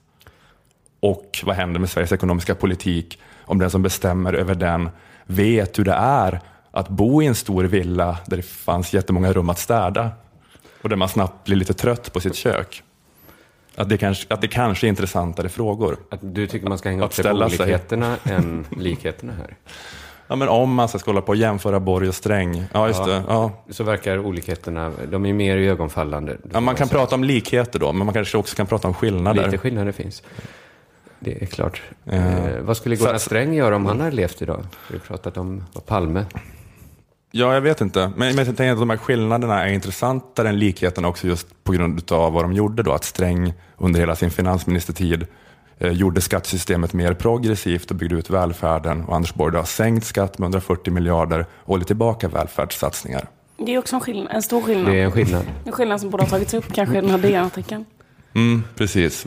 Och vad händer med Sveriges ekonomiska politik om den som bestämmer över den vet hur det är att bo i en stor villa där det fanns jättemånga rum att städa och där man snabbt blir lite trött på sitt kök? Att det kanske är intressantare frågor. Att du tycker man ska hänga upp sig på olikheterna än likheterna här? Ja, men om man ska hålla på och jämföra Borg och Sträng. Ja, just det. Ja. Så verkar olikheterna, de är mer ögonfallande. Ja, man kan prata om likheter då, men man kanske också kan prata om skillnader. Lite skillnader finns. Det är klart. Vad skulle Gunnar Sträng göra om han hade levt idag? Vi har pratat om Palme. Ja, jag vet inte. Men jag tänker att de här skillnaderna är intressantare än likheterna också just på grund av vad de gjorde då. Att Sträng under hela sin finansministertid gjorde skattesystemet mer progressivt och byggde ut välfärden. Och Anders Borg då har sänkt skatt med 140 miljarder och hållit tillbaka välfärdssatsningar. Det är också en stor skillnad. Det är en skillnad. En skillnad som borde ha tagits upp kanske i den här DN-artikeln. Precis.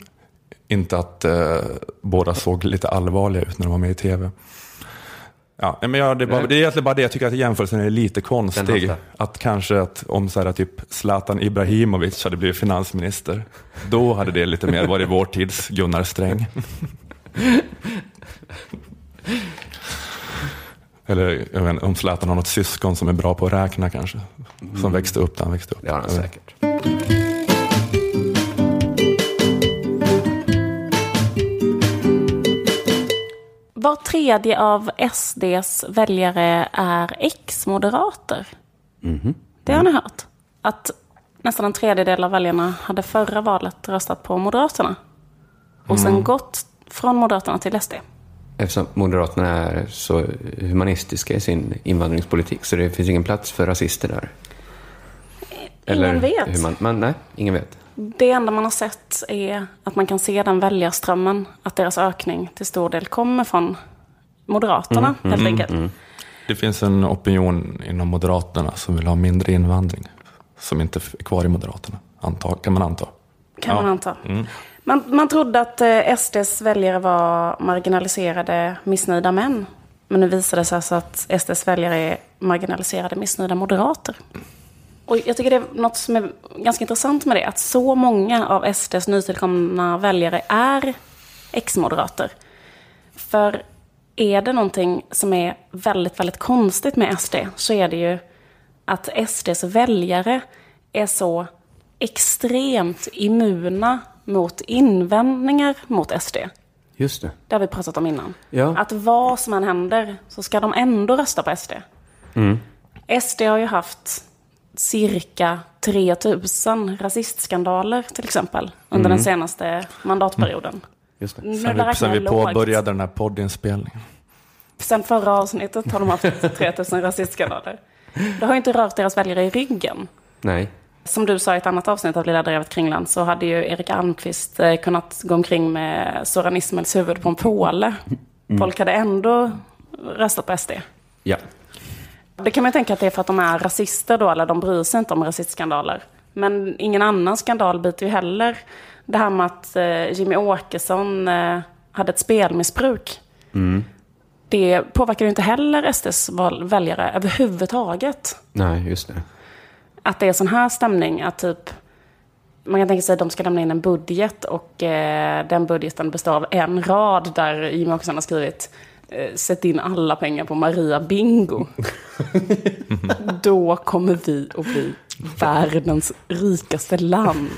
Inte att båda såg lite allvarliga ut när de var med i tv. Ja, men det är egentligen bara det. Jag tycker att jämförelsen är lite konstig. Att kanske om så här, typ Zlatan Ibrahimovic hade blivit finansminister, då hade det lite mer varit vår tids Gunnar Sträng. Eller jag vet inte, om Zlatan har något syskon som är bra på att räkna kanske. Som växte upp där han växte upp. Det har han säkert. Var tredje av SDs väljare är ex-moderater. Det har ni hört. Att nästan en tredjedel av väljarna hade förra valet röstat på Moderaterna. Och sen gått från Moderaterna till SD. Eftersom Moderaterna är så humanistiska i sin invandringspolitik så det finns ingen plats för rasister där. Ingen vet. Nej, ingen vet. Det enda man har sett är att man kan se den väljarströmmen, att deras ökning till stor del kommer från Moderaterna, helt enkelt. Det finns en opinion inom Moderaterna som vill ha mindre invandring, som inte är kvar i Moderaterna, kan man anta. Man trodde att SDs väljare var marginaliserade, missnöjda män. Men nu visade det sig alltså att SDs väljare är marginaliserade, missnöjda moderater. Och jag tycker det är något som är ganska intressant med det. Att så många av SDs nytillkomna väljare är ex-moderater. För är det någonting som är väldigt, väldigt konstigt med SD, så är det ju att SDs väljare är så extremt immuna mot invändningar mot SD. Just det. Det har vi pratat om innan. Ja. Att vad som än händer så ska de ändå rösta på SD. SD har ju haft cirka 3000 rasistskandaler till exempel under den senaste mandatperioden. Just det. Sen vi påbörjade den här poddinspelningen. Sen förra avsnittet har de haft 3000 rasistskandaler. Det har ju inte rört deras väljare i ryggen. Nej. Som du sa i ett annat avsnitt av Lilla Drevet Kringland, så hade ju Erik Almqvist kunnat gå omkring med Soran Ismails huvud på en påle. Folk hade ändå röstat på SD. Ja. Det kan man tänka att det är för att de är rasister då, eller de bryr sig inte om rasistskandaler. Men ingen annan skandal biter ju heller. Det här med att Jimmy Åkesson hade ett spelmissbruk. Det påverkar ju inte heller SDs väljare överhuvudtaget. Nej, just det. Att det är sån här stämning att typ, man kan tänka sig att de ska lämna in en budget och den budgeten består av en rad där Jimmy Åkesson har skrivit sätt in alla pengar på Maria Bingo. Då kommer vi att bli världens rikaste land.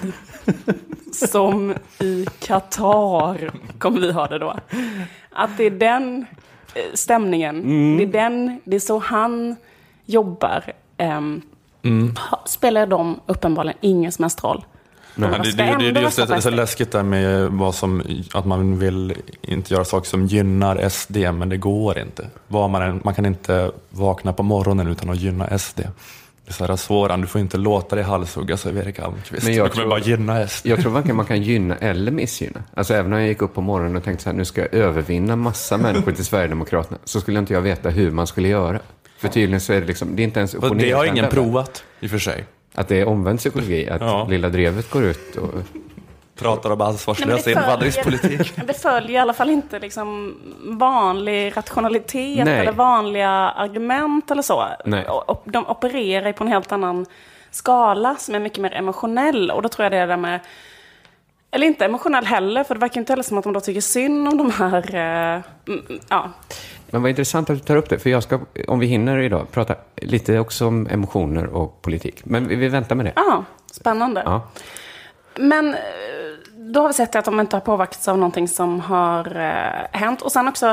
Som i Qatar kommer vi ha det då. Att det är den stämningen. Det är så han jobbar. Spelar de uppenbarligen ingen som helst roll. Det är just det så läskigt där med att man vill inte göra saker som gynnar SD, men det går inte. Man kan inte vakna på morgonen utan att gynna SD. Det är så här svåran, du får inte låta dig halshuggas av Erik Almqvist. Men jag kommer bara gynna SD. Jag tror varken man kan gynna eller missgynna. Alltså även när jag gick upp på morgonen och tänkte så här, nu ska jag övervinna massa människor till Sverigedemokraterna, så skulle inte jag veta hur man skulle göra. För tydligen så är det liksom, det är inte ens och det har ingen provat i och för sig. Att det är omvänd psykologi, att Lilla Drevet går ut och pratar om ansvarslös invandringspolitik. Det följer i alla fall inte liksom vanlig rationalitet eller vanliga argument eller så. Nej. De opererar ju på en helt annan skala som är mycket mer emotionell. Och då tror jag det är det med, eller inte emotionell heller, för det verkar inte heller som att de då tycker synd om de här, Men vad intressant att du tar upp det, för jag ska, om vi hinner idag, prata lite också om emotioner och politik. Men vi väntar med det. Ja, spännande. Ja. Men då har vi sett att de inte har påverkats av någonting som har hänt. Och sen också,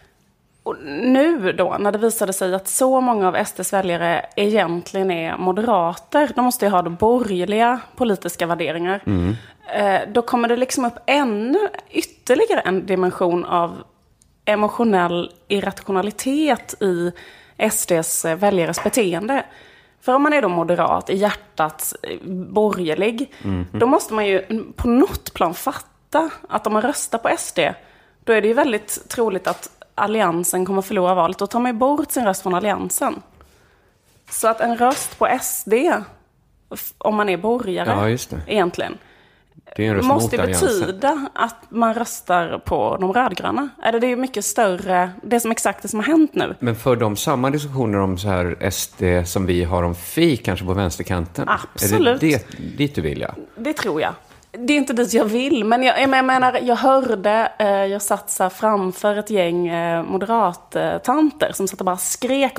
nu då, när det visade sig att så många av SDs väljare egentligen är moderater, de måste ju ha borgerliga politiska värderingar. Då kommer det liksom upp ytterligare en dimension av emotionell irrationalitet i SDs väljares beteende. För om man är då moderat, i hjärtat borgerlig, då måste man ju på något plan fatta att om man röstar på SD, då är det ju väldigt troligt att alliansen kommer förlora valet. Då tar man ju bort sin röst från alliansen. Så att en röst på SD, om man är borgare, egentligen, måste betyda att man röstar på de rödgröna. Eller det är ju mycket större, det som exakt det som har hänt nu. Men för de samma diskussioner om så här SD som vi har om FI kanske på vänsterkanten? Absolut. Är det dit du vill, ja? Det tror jag. Det är inte dit jag vill, men jag menar, jag satt så här framför ett gäng moderattanter som satt och bara skrek.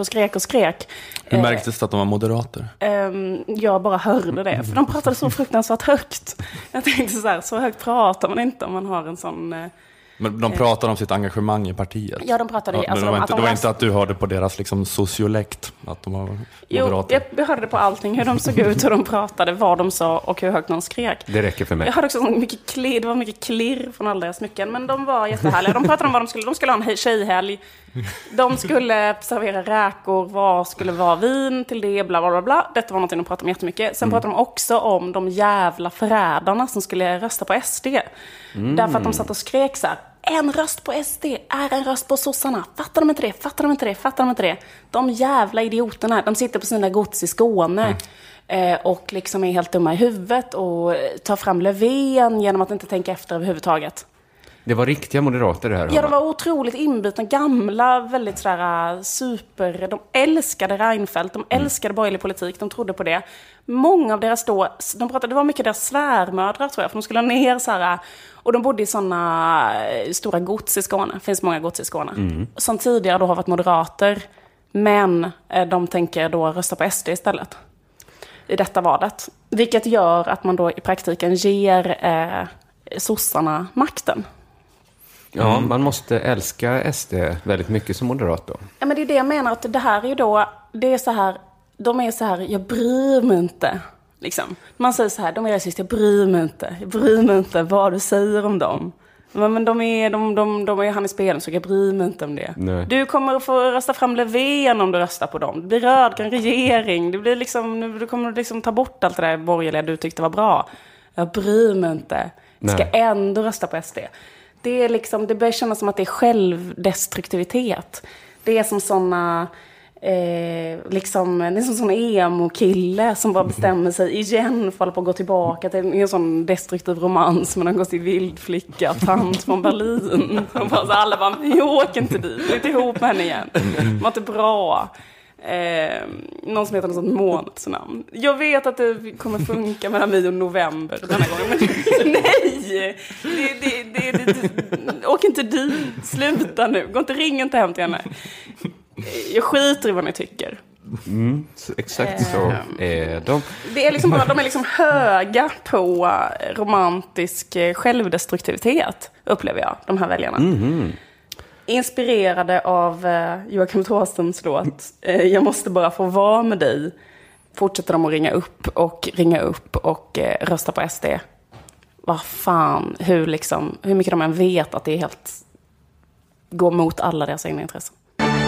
Hur märktes det att de var moderater? Jag bara hörde det, för de pratade så fruktansvärt högt. Jag tänkte så högt pratar man inte om man har en sån Men de pratade om sitt engagemang i partiet. Ja, de pratade... Ja, alltså, det var inte att du hörde på deras liksom sociolekt, att de var moderater. Jo, jag hörde på allting. Hur de såg ut, hur de pratade, vad de sa och hur högt de skrek. Det räcker för mig. Jag hörde också mycket klirr, det var mycket klirr från alla deras smycken. Men de var jättehärliga. De pratade om vad de skulle ha en tjejhelg. De skulle servera räkor, vad skulle vara vin till det, bla bla bla bla. Detta var något de pratade om jättemycket. Sen pratade de också om de jävla förrädarna som skulle rösta på SD. Därför att de satt och skrek så här: en röst på SD är en röst på sossarna. Fattar de inte det? Fattar de inte det? Fattar de inte det? De jävla idioterna, de sitter på sina gods i Skåne och liksom är helt dumma i huvudet och tar fram Löfven genom att inte tänka efter överhuvudtaget. Det var riktiga moderater det här. Ja, de var otroligt inbitna, gamla, väldigt sådär super... De älskade Reinfeldt, de älskade borgerlig politik, de trodde på det. Många av deras det var mycket deras svärmödrar, tror jag, för de skulle ner såhär... Och de bodde i sådana stora gods i Skåne. Det finns många gods i Skåne. Som tidigare då har varit moderater, men de tänker då rösta på SD istället. I detta valet. Vilket gör att man då i praktiken ger sossarna makten. Ja, man måste älska SD väldigt mycket som moderat då. Ja, men det är det jag menar, att det här är ju då, det är så här, de är så här, jag bryr mig inte, liksom. Man säger så här, de är rasist, jag bryr mig inte vad du säger om dem. Men de är han i spelen, så jag bryr mig inte om det. Nej. Du kommer att få rösta fram Löfven om du röstar på dem. Det blir rödgrön regering, det blir liksom, du kommer liksom ta bort allt det där borgerliga du tyckte var bra. Jag bryr mig inte, jag ska ändå rösta på SD. Det är liksom, det börjar kännas som att det är självdestruktivitet. Det är som såna liksom, det är som sån emo-kille som bara bestämmer sig igen för att gå tillbaka till en sån destruktiv romans med en gått till vildflicka, tant från Berlin. Och bara så alla bara, jag åker inte dit, jag är inte ihop med henne igen. Det var inte bra. Någon som heter något sånt månadsnamn. Jag vet att det kommer funka mellan mig och november denna gången, men nej, åk inte dit, sluta nu, ring inte hem till henne. Jag skiter i vad ni tycker. Exakt så är de. Det är liksom bara, de är liksom höga på romantisk självdestruktivitet, upplever jag, de här väljarna. Inspirerade av Joakim Thåströms låt Jag måste bara få vara med dig, fortsätter de att ringa upp och rösta på SD. Vad fan, hur mycket de än vet att det är helt går mot alla deras egna intressen.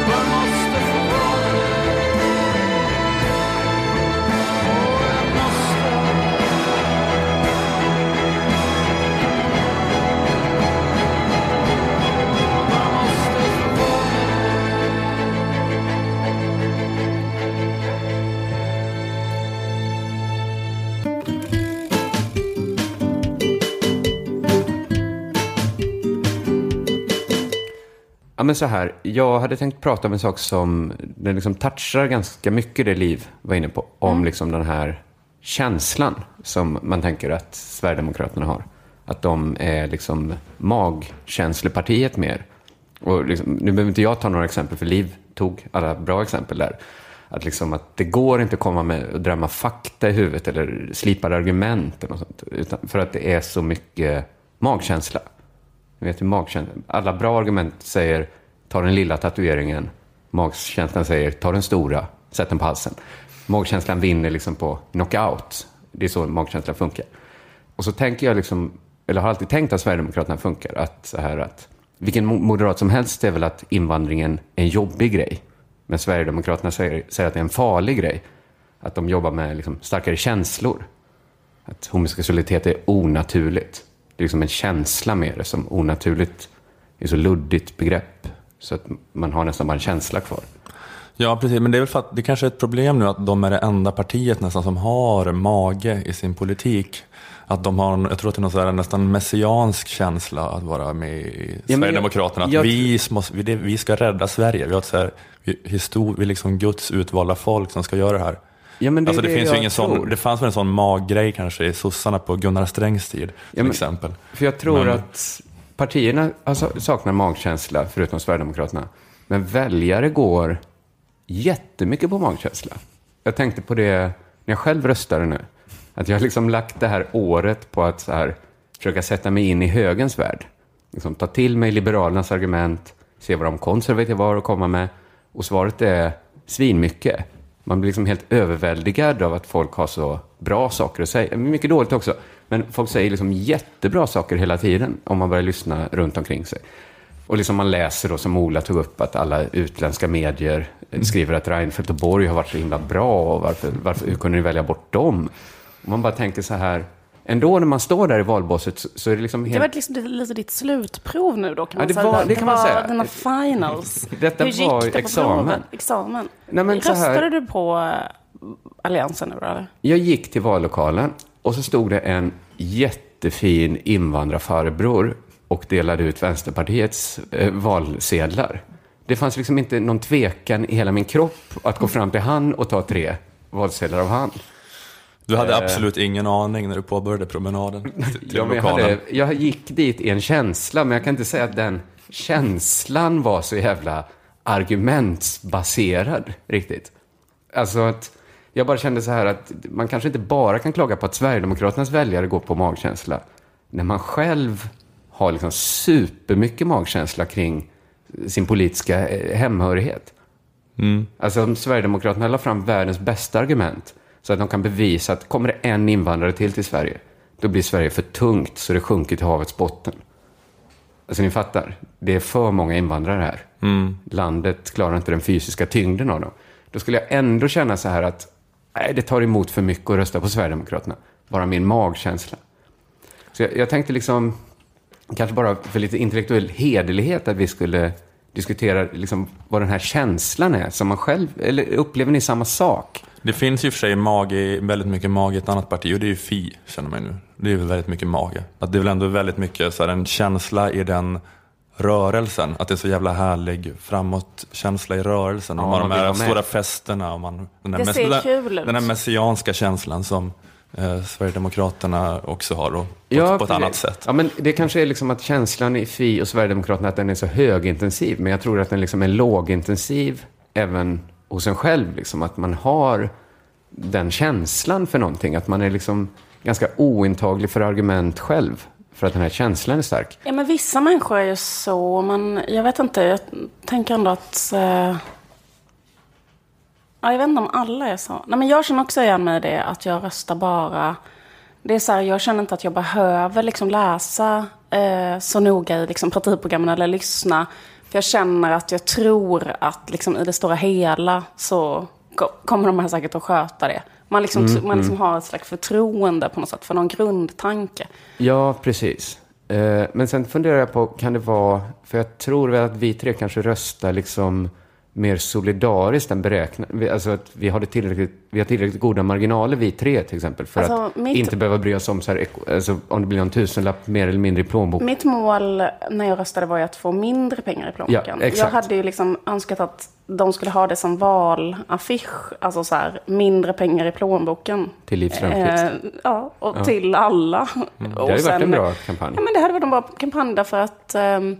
Ja, men så här, jag hade tänkt prata om en sak som den liksom touchar ganska mycket det Liv var inne på. Om liksom den här känslan som man tänker att Sverigedemokraterna har. Att de är liksom magkänslepartiet mer. Och liksom, nu behöver inte jag ta några exempel, för Liv tog alla bra exempel där. Att, liksom, att det går inte att komma med och drömma fakta i huvudet eller slipade argument eller något sånt, utan för att det är så mycket magkänsla. Jag vet hur magkänsla. Alla bra argument säger ta den lilla tatueringen. Magkänslan säger ta den stora, sätt den på halsen. Magkänslan vinner liksom på knockout. Det är så magkänslan funkar. Och så tänker jag liksom, eller har alltid tänkt att Sverigedemokraterna funkar, att så här, att vilken moderat som helst är väl att invandringen är en jobbig grej. Men Sverigedemokraterna säger att det är en farlig grej. Att de jobbar med liksom starkare känslor. Att homosexualitet är onaturligt. Det är liksom en känsla med det, som onaturligt är så luddigt begrepp. Så att man har nästan bara en känsla kvar. Ja, precis. Men det är väl för att det kanske är ett problem nu att de är det enda partiet nästan som har mage i sin politik. Att de har, jag tror att det är någon så här nästan messiansk känsla att vara med i Sverigedemokraterna. Att vi ska rädda Sverige. Vi har ett så här, vi är liksom Guds utvalda folk som ska göra det här. Ja, men det finns ju ingen sån, det fanns väl en sån maggrej kanske i sossarna på Gunnar Strängs tid, till exempel. För jag tror att partierna saknar magkänsla, förutom Sverigedemokraterna. Men väljare går jättemycket på magkänsla. Jag tänkte på det när jag själv röstade nu. Att jag har liksom lagt det här året på att så här, försöka sätta mig in i högens värld. liksom ta till mig Liberalernas argument, se vad de konservativa har att komma med. Och svaret är svinmycket. Man blir liksom helt överväldigad av att folk har så bra saker att säga. Mycket dåligt också. Men folk säger liksom jättebra saker hela tiden om man börjar lyssna runt omkring sig. Och liksom man läser då, som Ola tog upp, att alla utländska medier skriver att Reinfeldt och Borg har varit så himla bra. Och hur kunde ni välja bort dem? Och man bara tänker så här, ändå när man står där i valbåset så är det liksom helt... Det var liksom lite ditt slutprov nu då, kan man det säga. det kan man säga. Dina finals. Detta hur gick var det på examen. Nej, men så här, röstade du på Alliansen nu då, eller? Jag gick till vallokalen och så stod det en jättefin invandrarfarbror och delade ut Vänsterpartiets valsedlar. Det fanns liksom inte någon tvekan i hela min kropp att gå fram till han och ta 3 valsedlar av han. Du hade absolut ingen aning när du påbörjade promenaden till lokalen. Jag gick dit i en känsla, men jag kan inte säga att den känslan var så jävla argumentsbaserad riktigt. Alltså att jag bara kände så här att man kanske inte bara kan klaga på att Sverigedemokraternas väljare går på magkänsla. När man själv har liksom supermycket magkänsla kring sin politiska hemhörighet. Alltså om Sverigedemokraterna la fram världens bästa argument så att de kan bevisa att kommer det en invandrare till Sverige, då blir Sverige för tungt så det sjunker till havets botten. Alltså ni fattar, det är för många invandrare här. Landet klarar inte den fysiska tyngden av dem. Då skulle jag ändå känna så här att nej, det tar emot för mycket att rösta på Sverigedemokraterna. Bara min magkänsla. Så jag tänkte liksom, kanske bara för lite intellektuell hederlighet, att vi skulle diskutera liksom vad den här känslan är som man själv, eller upplever ni samma sak? Det finns ju för sig väldigt mycket mage i ett annat parti, och det är ju Fi, känner man nu. Det är ju väldigt mycket mage. Att det är väl ändå väldigt mycket så här, en känsla i den rörelsen, att det är så jävla härlig framåt-känsla i rörelsen. Och de här stora festerna och den här messianska känslan som Sverigedemokraterna också har då, på ett annat sätt. Ja, men det kanske är liksom att känslan i Fi och Sverigedemokraterna att den är så högintensiv, men jag tror att den liksom är lågintensiv även hos en själv, liksom, att man har den känslan för någonting, att man är liksom ganska ointaglig för argument själv, för att den här känslan är stark. Ja, men vissa människor är ju så, men jag vet inte, jag tänker ändå att jag vet inte om alla är så. Nej, men jag känner också igen mig i det, att jag röstar bara. Det är så här, jag känner inte att jag behöver liksom läsa så noga i liksom partiprogrammen eller lyssna. För jag känner att jag tror att liksom i det stora hela så kommer de här säkert att sköta det. Man liksom har ett slags förtroende på något sätt för någon grundtanke. Ja, precis. Men sen funderar jag på, kan det vara, för jag tror väl att vi 3 kanske röstar liksom mer solidariskt än beräknat. Alltså att vi har tillräckligt goda marginaler, vi 3 till exempel, för att inte behöva bry oss om så här, alltså, om det blir en tusenlapp mer eller mindre i plånboken. Mitt mål när jag röstade var ju att få mindre pengar i plånboken. Ja, jag hade ju liksom önskat att de skulle ha det som valaffisch, alltså så här, mindre pengar i plånboken. Till Liv Strömquist. Till alla. Det har ju varit en bra kampanj. Ja, men det hade varit en bra kampanj därför att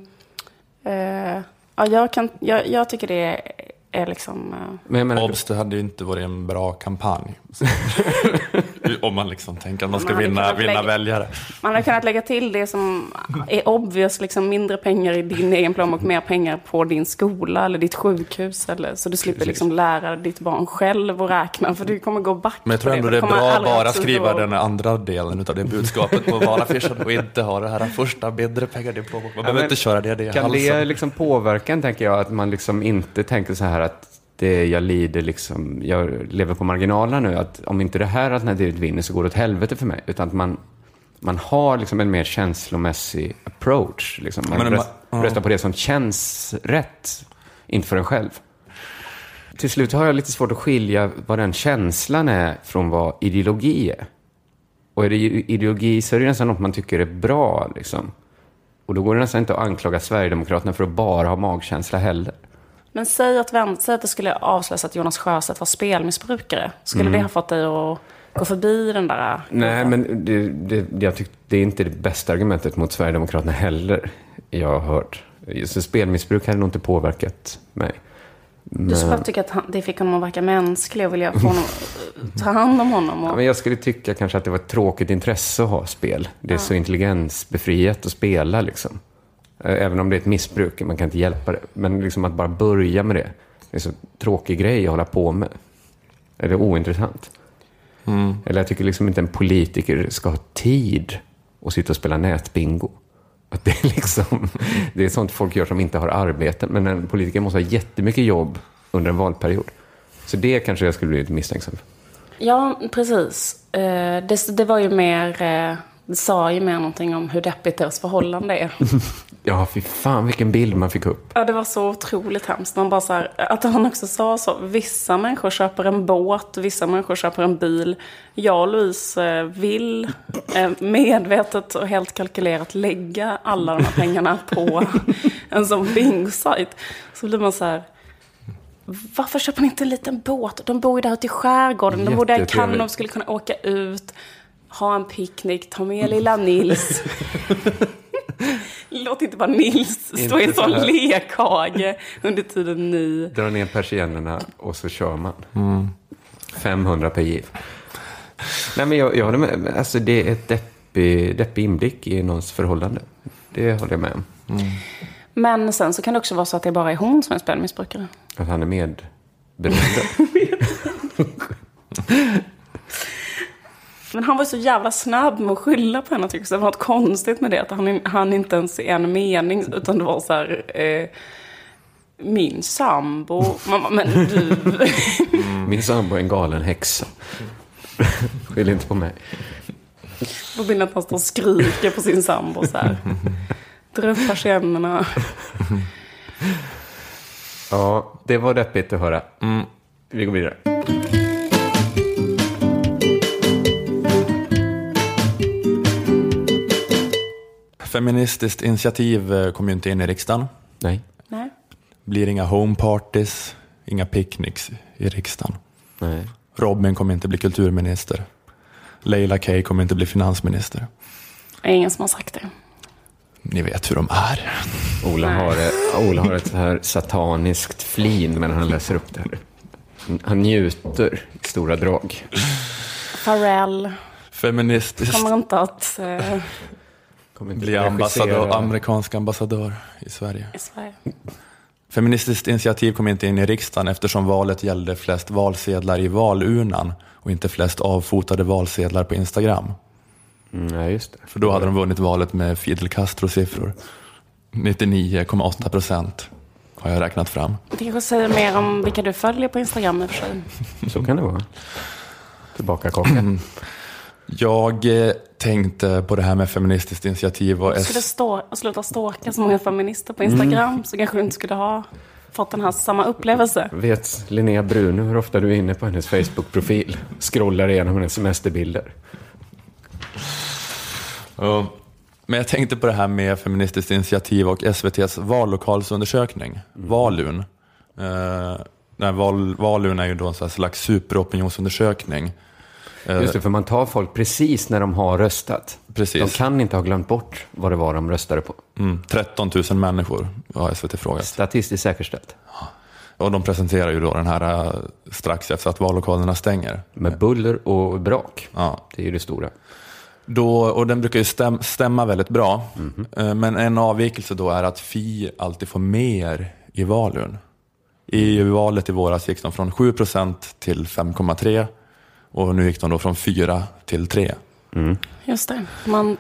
jag tycker det är liksom... Obs, det hade ju inte varit en bra kampanj. Om man liksom tänker att man ska vinna väljare. Man hade kunnat lägga till det som är obvious, liksom mindre pengar i din egen plånbok, mer pengar på din skola eller ditt sjukhus, eller, så du slipper liksom lära ditt barn själv att räkna, för du kommer gå back. Men jag tror ändå det är bra att bara skriva den andra delen av det budskapet på valaffischen och inte ha det här första mindre pengar i plånbok. Man behöver inte köra det kan det liksom påverka, tänker jag, att man liksom inte tänker så här att jag lever på marginalerna nu, att om inte det här alternativet vinner så går det åt helvete för mig, utan att man har liksom en mer känslomässig approach, liksom. Man röstar på det som känns rätt inför en själv. Till slut har jag lite svårt att skilja vad den känslan är från vad ideologi är. Och är det ideologi så är det nästan något man tycker är bra, liksom. Och då går det nästan inte att anklaga Sverigedemokraterna för att bara ha magkänsla heller. Men säg att det skulle avslöjas att Jonas Sjöstedt var spelmissbrukare. Skulle det ha fått dig att gå förbi den där? Nej, men jag tycker det är inte det bästa argumentet mot Sverigedemokraterna heller, jag har hört. Så spelmissbruk hade nog inte påverkat mig. Men... Du skulle tycka att det fick honom att verka mänsklig och vilja få honom, ta hand om honom. Och... Ja, men jag skulle tycka kanske att det var ett tråkigt intresse att ha spel. Det är så intelligensbefriat att spela, liksom. Även om det är ett missbruk, man kan inte hjälpa det. Men liksom att bara börja med det. Det är så tråkig grej att hålla på med. Är det ointressant? Eller jag tycker liksom inte en politiker ska ha tid att sitta och spela nätbingo. Att det är liksom, det är sånt folk gör som inte har arbete. Men en politiker måste ha jättemycket jobb under en valperiod. Så det kanske jag skulle bli lite misstänksam för. Ja, precis. Det var ju mer... Det sa ju mer någonting om hur deppigt deras förhållande är. Ja, fy fan vilken bild man fick upp. Ja, det var så otroligt hemskt. Man bara så här, att han också sa så. Vissa människor köper en båt, vissa människor köper en bil. Jag och Louise vill medvetet och helt kalkylerat lägga alla de här pengarna på en sån bingo-sajt. Så blir man så här... Varför köper ni inte en liten båt? De bor ju där ute i skärgården. De bor där i Cannes och skulle kunna åka ut, ha en picknick, ta med lilla Nils. Låt inte bara Nils stå i en sån lekhage under tiden ni... Dra ner persiennerna och så kör man. 500 per giv. Nej, men jag håller med. Alltså det är ett deppig inblick i någons förhållande. Det håller jag med om. Men sen så kan det också vara så att det bara är hon som är spelmissbrukare. Att han är medberoende. Men han var så jävla snabb med att skylla på henne. Det var något konstigt med det. Att han inte ens i en mening. Utan det var så här... min sambo... Men du... Min sambo är en galen häxa. Skyll inte på mig. Och vill att han står och skriker på sin sambo så här. Dra upp persiennerna. Ja, det var deppigt att höra. Vi går vidare. Feministiskt initiativ kom ju inte in i riksdagen. Nej. Blir inga homeparties, inga picknicks i riksdagen. Nej. Robin kommer inte bli kulturminister. Leila Kay kommer inte bli finansminister. Det är ingen som har sagt det. Ni vet hur de är. Ola har ett så här sataniskt flin när han läser upp det här. Han njuter i stora drag. Pharrell Feministiskt. kommer inte att bli amerikansk ambassadör i Sverige. i Sverige. Feministiskt initiativ kom inte in i riksdagen eftersom valet gällde flest valsedlar i valurnan och inte flest avfotade valsedlar på Instagram. Nej, just det. För då hade de vunnit valet med Fidel Castro-siffror. 99,8% har jag räknat fram. Det kanske säger mer om vilka du följer på Instagram i och för sig. Så kan det vara. Tillbaka kakan. Jag tänkte på det här med feministiskt initiativ. Och sluta stalka så många feminister på Instagram så kanske du inte skulle ha fått den här samma upplevelse. Vet Linnea Bruno hur ofta du är inne på hennes Facebook-profil? Scrollar igenom hennes semesterbilder. Men jag tänkte på det här med feministiskt initiativ och SVT:s vallokalsundersökning. Valun. Valun är ju då en slags superopinionsundersökning. Just det, för man tar folk precis när de har röstat. Precis. De kan inte ha glömt bort vad det var de röstade på. 13 000 människor har SVT frågat. Statistiskt säkerställt. Och de presenterar ju då den här strax efter att vallokalerna stänger. Med buller och brak. Ja. Det är ju det stora. Och den brukar ju stämma väldigt bra. Men en avvikelse då är att Fi alltid får mer i valun. I valet i våras gick de från 7% till 5,3%. Och nu gick de då från 4 till 3. Just det.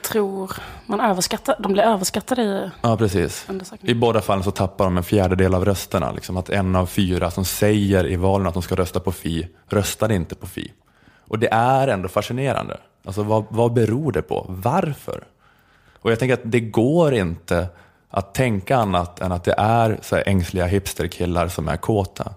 De blir överskattade i... Ja, precis. I båda fallen så tappar de en fjärdedel av rösterna. Liksom att 1 av 4 som säger i valen att de ska rösta på Fi röstade inte på Fi. Och det är ändå fascinerande. Alltså vad beror det på? Varför? Och jag tänker att det går inte att tänka annat än att det är så här ängsliga hipsterkillar som är kåta.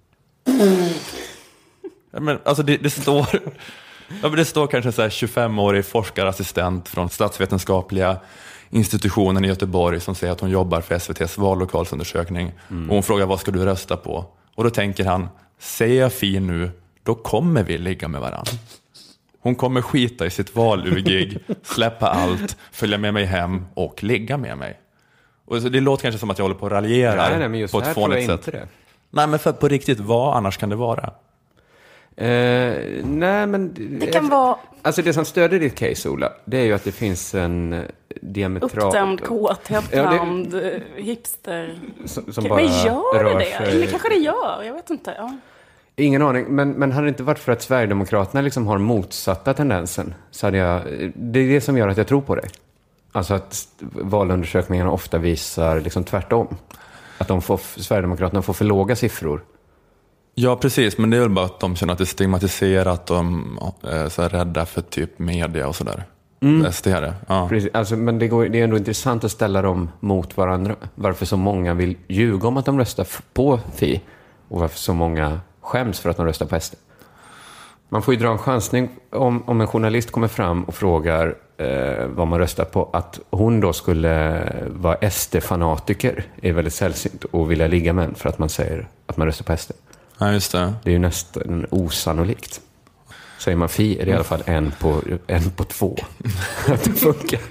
Men alltså det står kanske så här 25-årig forskarassistent från statsvetenskapliga institutionen i Göteborg som säger att hon jobbar för SVT:s vallokalsundersökning. Och hon frågar vad ska du rösta på? Och då tänker han, säger jag Fi nu, då kommer vi ligga med varandra. Hon kommer skita i sitt valugig, släppa allt, följa med mig hem och ligga med mig. Och så det låter kanske som att jag håller på att raljera på ett fånigt sätt. Inte det. Nej, men för på riktigt, vad annars kan det vara? Nej, men... Det kan vara... Alltså det som stöder ditt case, Ola, det är ju att det finns en diametral... Uppdämd kåthet bland hipster. Som bara men gör det? sig... Eller kanske det gör, jag vet inte. Ja. Ingen aning, men hade det inte varit för att Sverigedemokraterna liksom har motsatta tendensen, så hade jag... Det är det som gör att jag tror på dig. Alltså att valundersökningarna ofta visar liksom tvärtom. Att Sverigedemokraterna får för låga siffror. Ja, precis. Men det är väl bara att de känner att det är stigmatiserat. De är så här rädda för typ media och sådär. SDR. Ja. Precis. Alltså, men det är ändå intressant att ställa dem mot varandra. Varför så många vill ljuga om att de röstar på Fi. Och varför så många skäms för att de röstar på SD. Man får ju dra en chansning om en journalist kommer fram och frågar vad man röstar på. Att hon då skulle vara SD-fanatiker är väldigt sällsynt och vilja ligga med en för att man säger att man röstar på SD. Ja, just det. Det är ju nästan osannolikt. Säger man Fi är det i alla fall en på två. Att det funkar.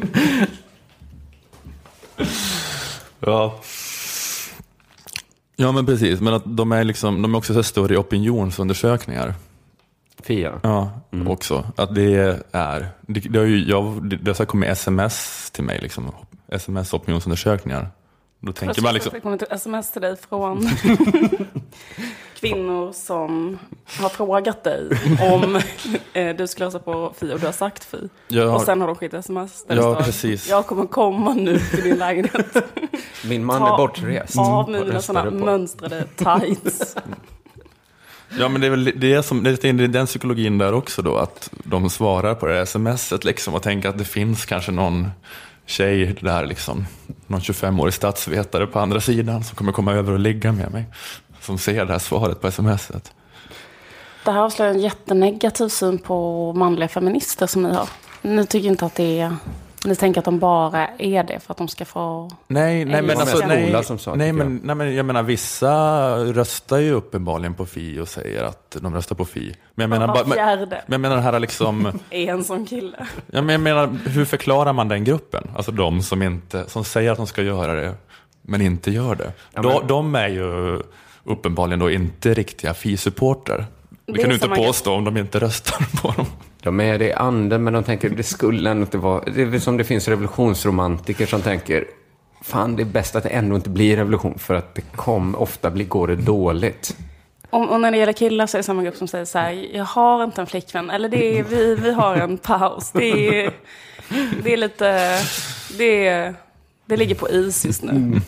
Ja, men precis. Men att de är också så större i opinionsundersökningar. Fia. Ja, också. Att det har kommit sms till mig, liksom. SMS-opinionsundersökningar. Då tänker man liksom... Det kommer ett sms till dig från kvinnor som har frågat dig om du skulle rösta på Fi och du har sagt Fi. Och sen har de skickat sms. Precis. Jag kommer komma nu till din lägenhet. Min man är bortrest. Av mina sådana mönstrade tights. Ja, men det är väl det är den psykologin där också då, att de svarar på det här smset liksom och tänker att det finns kanske någon tjej där liksom, någon 25-årig statsvetare på andra sidan som kommer komma över och ligga med mig, som ser det här svaret på smset. Det här avslöjar en jättenegativ syn på manliga feminister som ni har. Ni tycker inte att det är... Ni tänker att de bara är det för att de ska få... Nej, men alltså, nej, men jag menar, vissa röstar ju uppenbarligen på Fi och säger att de röstar på Fi. Men jag menar, men jag menar det här liksom... en sån kille. Ja, men jag menar, hur förklarar man den gruppen? Alltså de som säger att de ska göra det, men inte gör det. Ja, de är ju uppenbarligen då inte riktiga Fi-supporter. Det kan du inte påstå om de inte röstar på dem. De är det i anden, men de tänker det skulle inte vara... Det är som det finns revolutionsromantiker som tänker fan, det är bäst att det ändå inte blir revolution, för att det ofta går det dåligt. Och när det gäller killar så är det samma grupp som säger så här: jag har inte en flickvän, eller det är, vi har en paus. Det är lite... Det ligger på is just nu.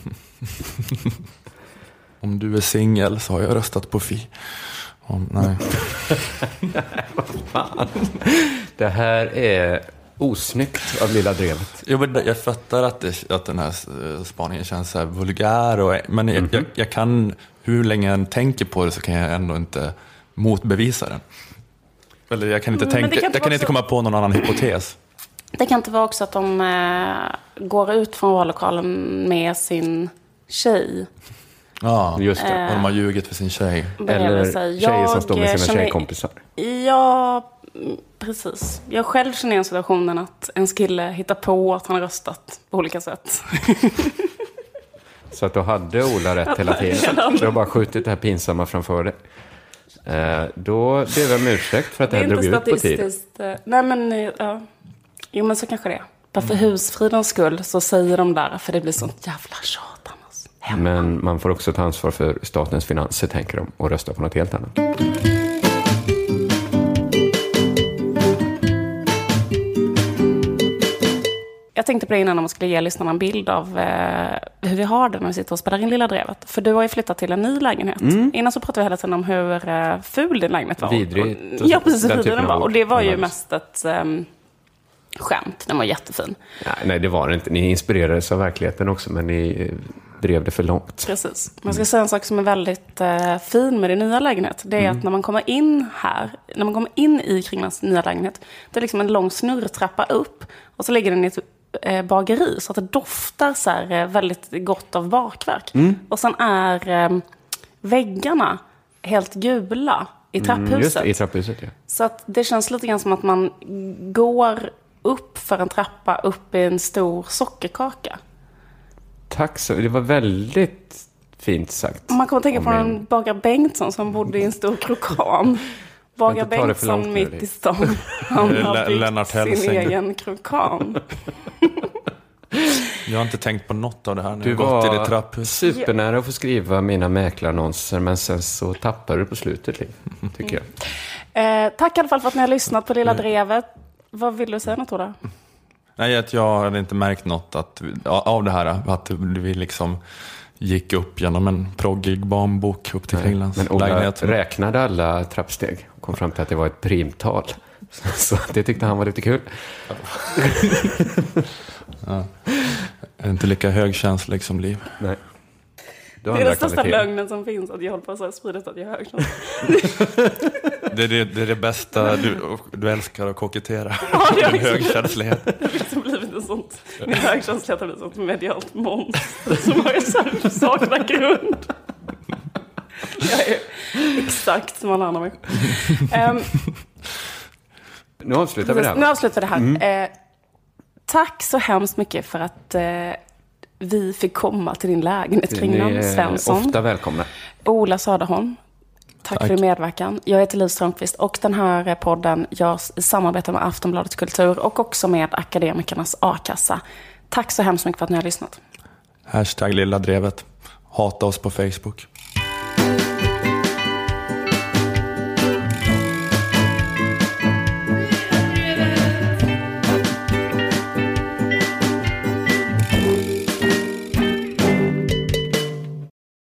Om du är singel så har jag röstat på Fi. Nej. Vad fan. Det här är osnyggt av Lilla Drevet. Jag fattar att den här spaningen känns så här vulgär. Men jag kan, hur länge jag tänker på det så kan jag ändå inte motbevisa den. Eller jag kan inte komma på någon annan hypotes. Det kan inte vara också att de går ut från vallokalen med sin tjej. Ja, just det. Och de har ljugit för sin tjej. Eller tjejer som står med sina tjejkompisar. Ja, precis. Jag själv känner igen situationen att en kille hittar på att han har röstat på olika sätt. Så att då hade Ola rätt hela tiden. Du har bara skjutit det här pinsamma framför dig. Då ber vi om ursäkt för att det här drog ut på tid. Nej, men ja. Jo, men så kanske det är. Bara för husfridens skull så säger de där, för det blir sånt jävla tjat. Men man får också ta ansvar för statens finanser, tänker de, och rösta på något helt annat. Jag tänkte på det innan om man skulle ge lyssnarna en bild av hur vi har det när vi sitter och spelar in Lilla Drevet. För du har ju flyttat till en ny lägenhet. Innan så pratade vi hela tiden om hur ful din lägenhet var. Vidrigt. Ja, precis, hur den var. Och det var ju mest ett... skämt, den var jättefin. Nej, det var det inte. Ni inspirerades av verkligheten också, men ni drev det för långt. Precis. Man ska säga en sak som är väldigt fin med din nya lägenhet. Det är att när man kommer in i Kringlands nya lägenhet, det är liksom en lång snurrtrappa upp och så ligger den i ett bageri så att det doftar så här väldigt gott av bakverk. Och sen är väggarna helt gula i trapphuset. Just det, i trapphuset, ja. Så att det känns lite grann som att man går upp för en trappa upp i en stor sockerkaka. Tack så, det var väldigt fint sagt. Man kommer att tänka på en bagare Bengtsson som bodde i en stor krokan. Bagar inte ta det för långt Bengtsson nu, mitt Liv. i stan. Han har Lennart byggt sin Hellsing. egen krokan. Jag har inte tänkt på något av det här när Du jag gått i det var trapphus. supernära att få skriva mina mäklarannonser, men sen så tappar du på slutet, Liv, tycker jag. Tack i alla fall för att ni har lyssnat på Lilla Drevet. Vad vill du säga något, Oda? Nej, att jag hade inte märkt något av det här. Att vi liksom gick upp genom en proggig barnbok upp till Kringlands Men Ola lägenhet. räknade alla trappsteg och kom fram till att det var ett primtal. Så det tyckte han var lite kul. Är inte lika högkänslig som Liv. Nej. Det är den största lögnen som finns, att jag håller på att sprida att jag är högkänslig. Det är det bästa. Du älskar att kokettera. Ja, det är Din högkänslighet. Det har liksom blivit en sånt, min högkänslighet har blivit ett sånt medialt monster som har så här saknar grund. Jag är exakt som alla andra människor. Nu avslutar vi det här. Nu avslutar vi det här. Tack så hemskt mycket för att vi fick komma till din lägenhet, Kringland Svensson. Ofta välkomna. Ola Söderholm, tack för din medverkan. Jag heter Liv Strömqvist och den här podden görs i samarbete med Aftonbladet Kultur och också med Akademikernas A-kassa. Tack så hemskt mycket för att ni har lyssnat. #Lilla Drevet. Hata oss på Facebook.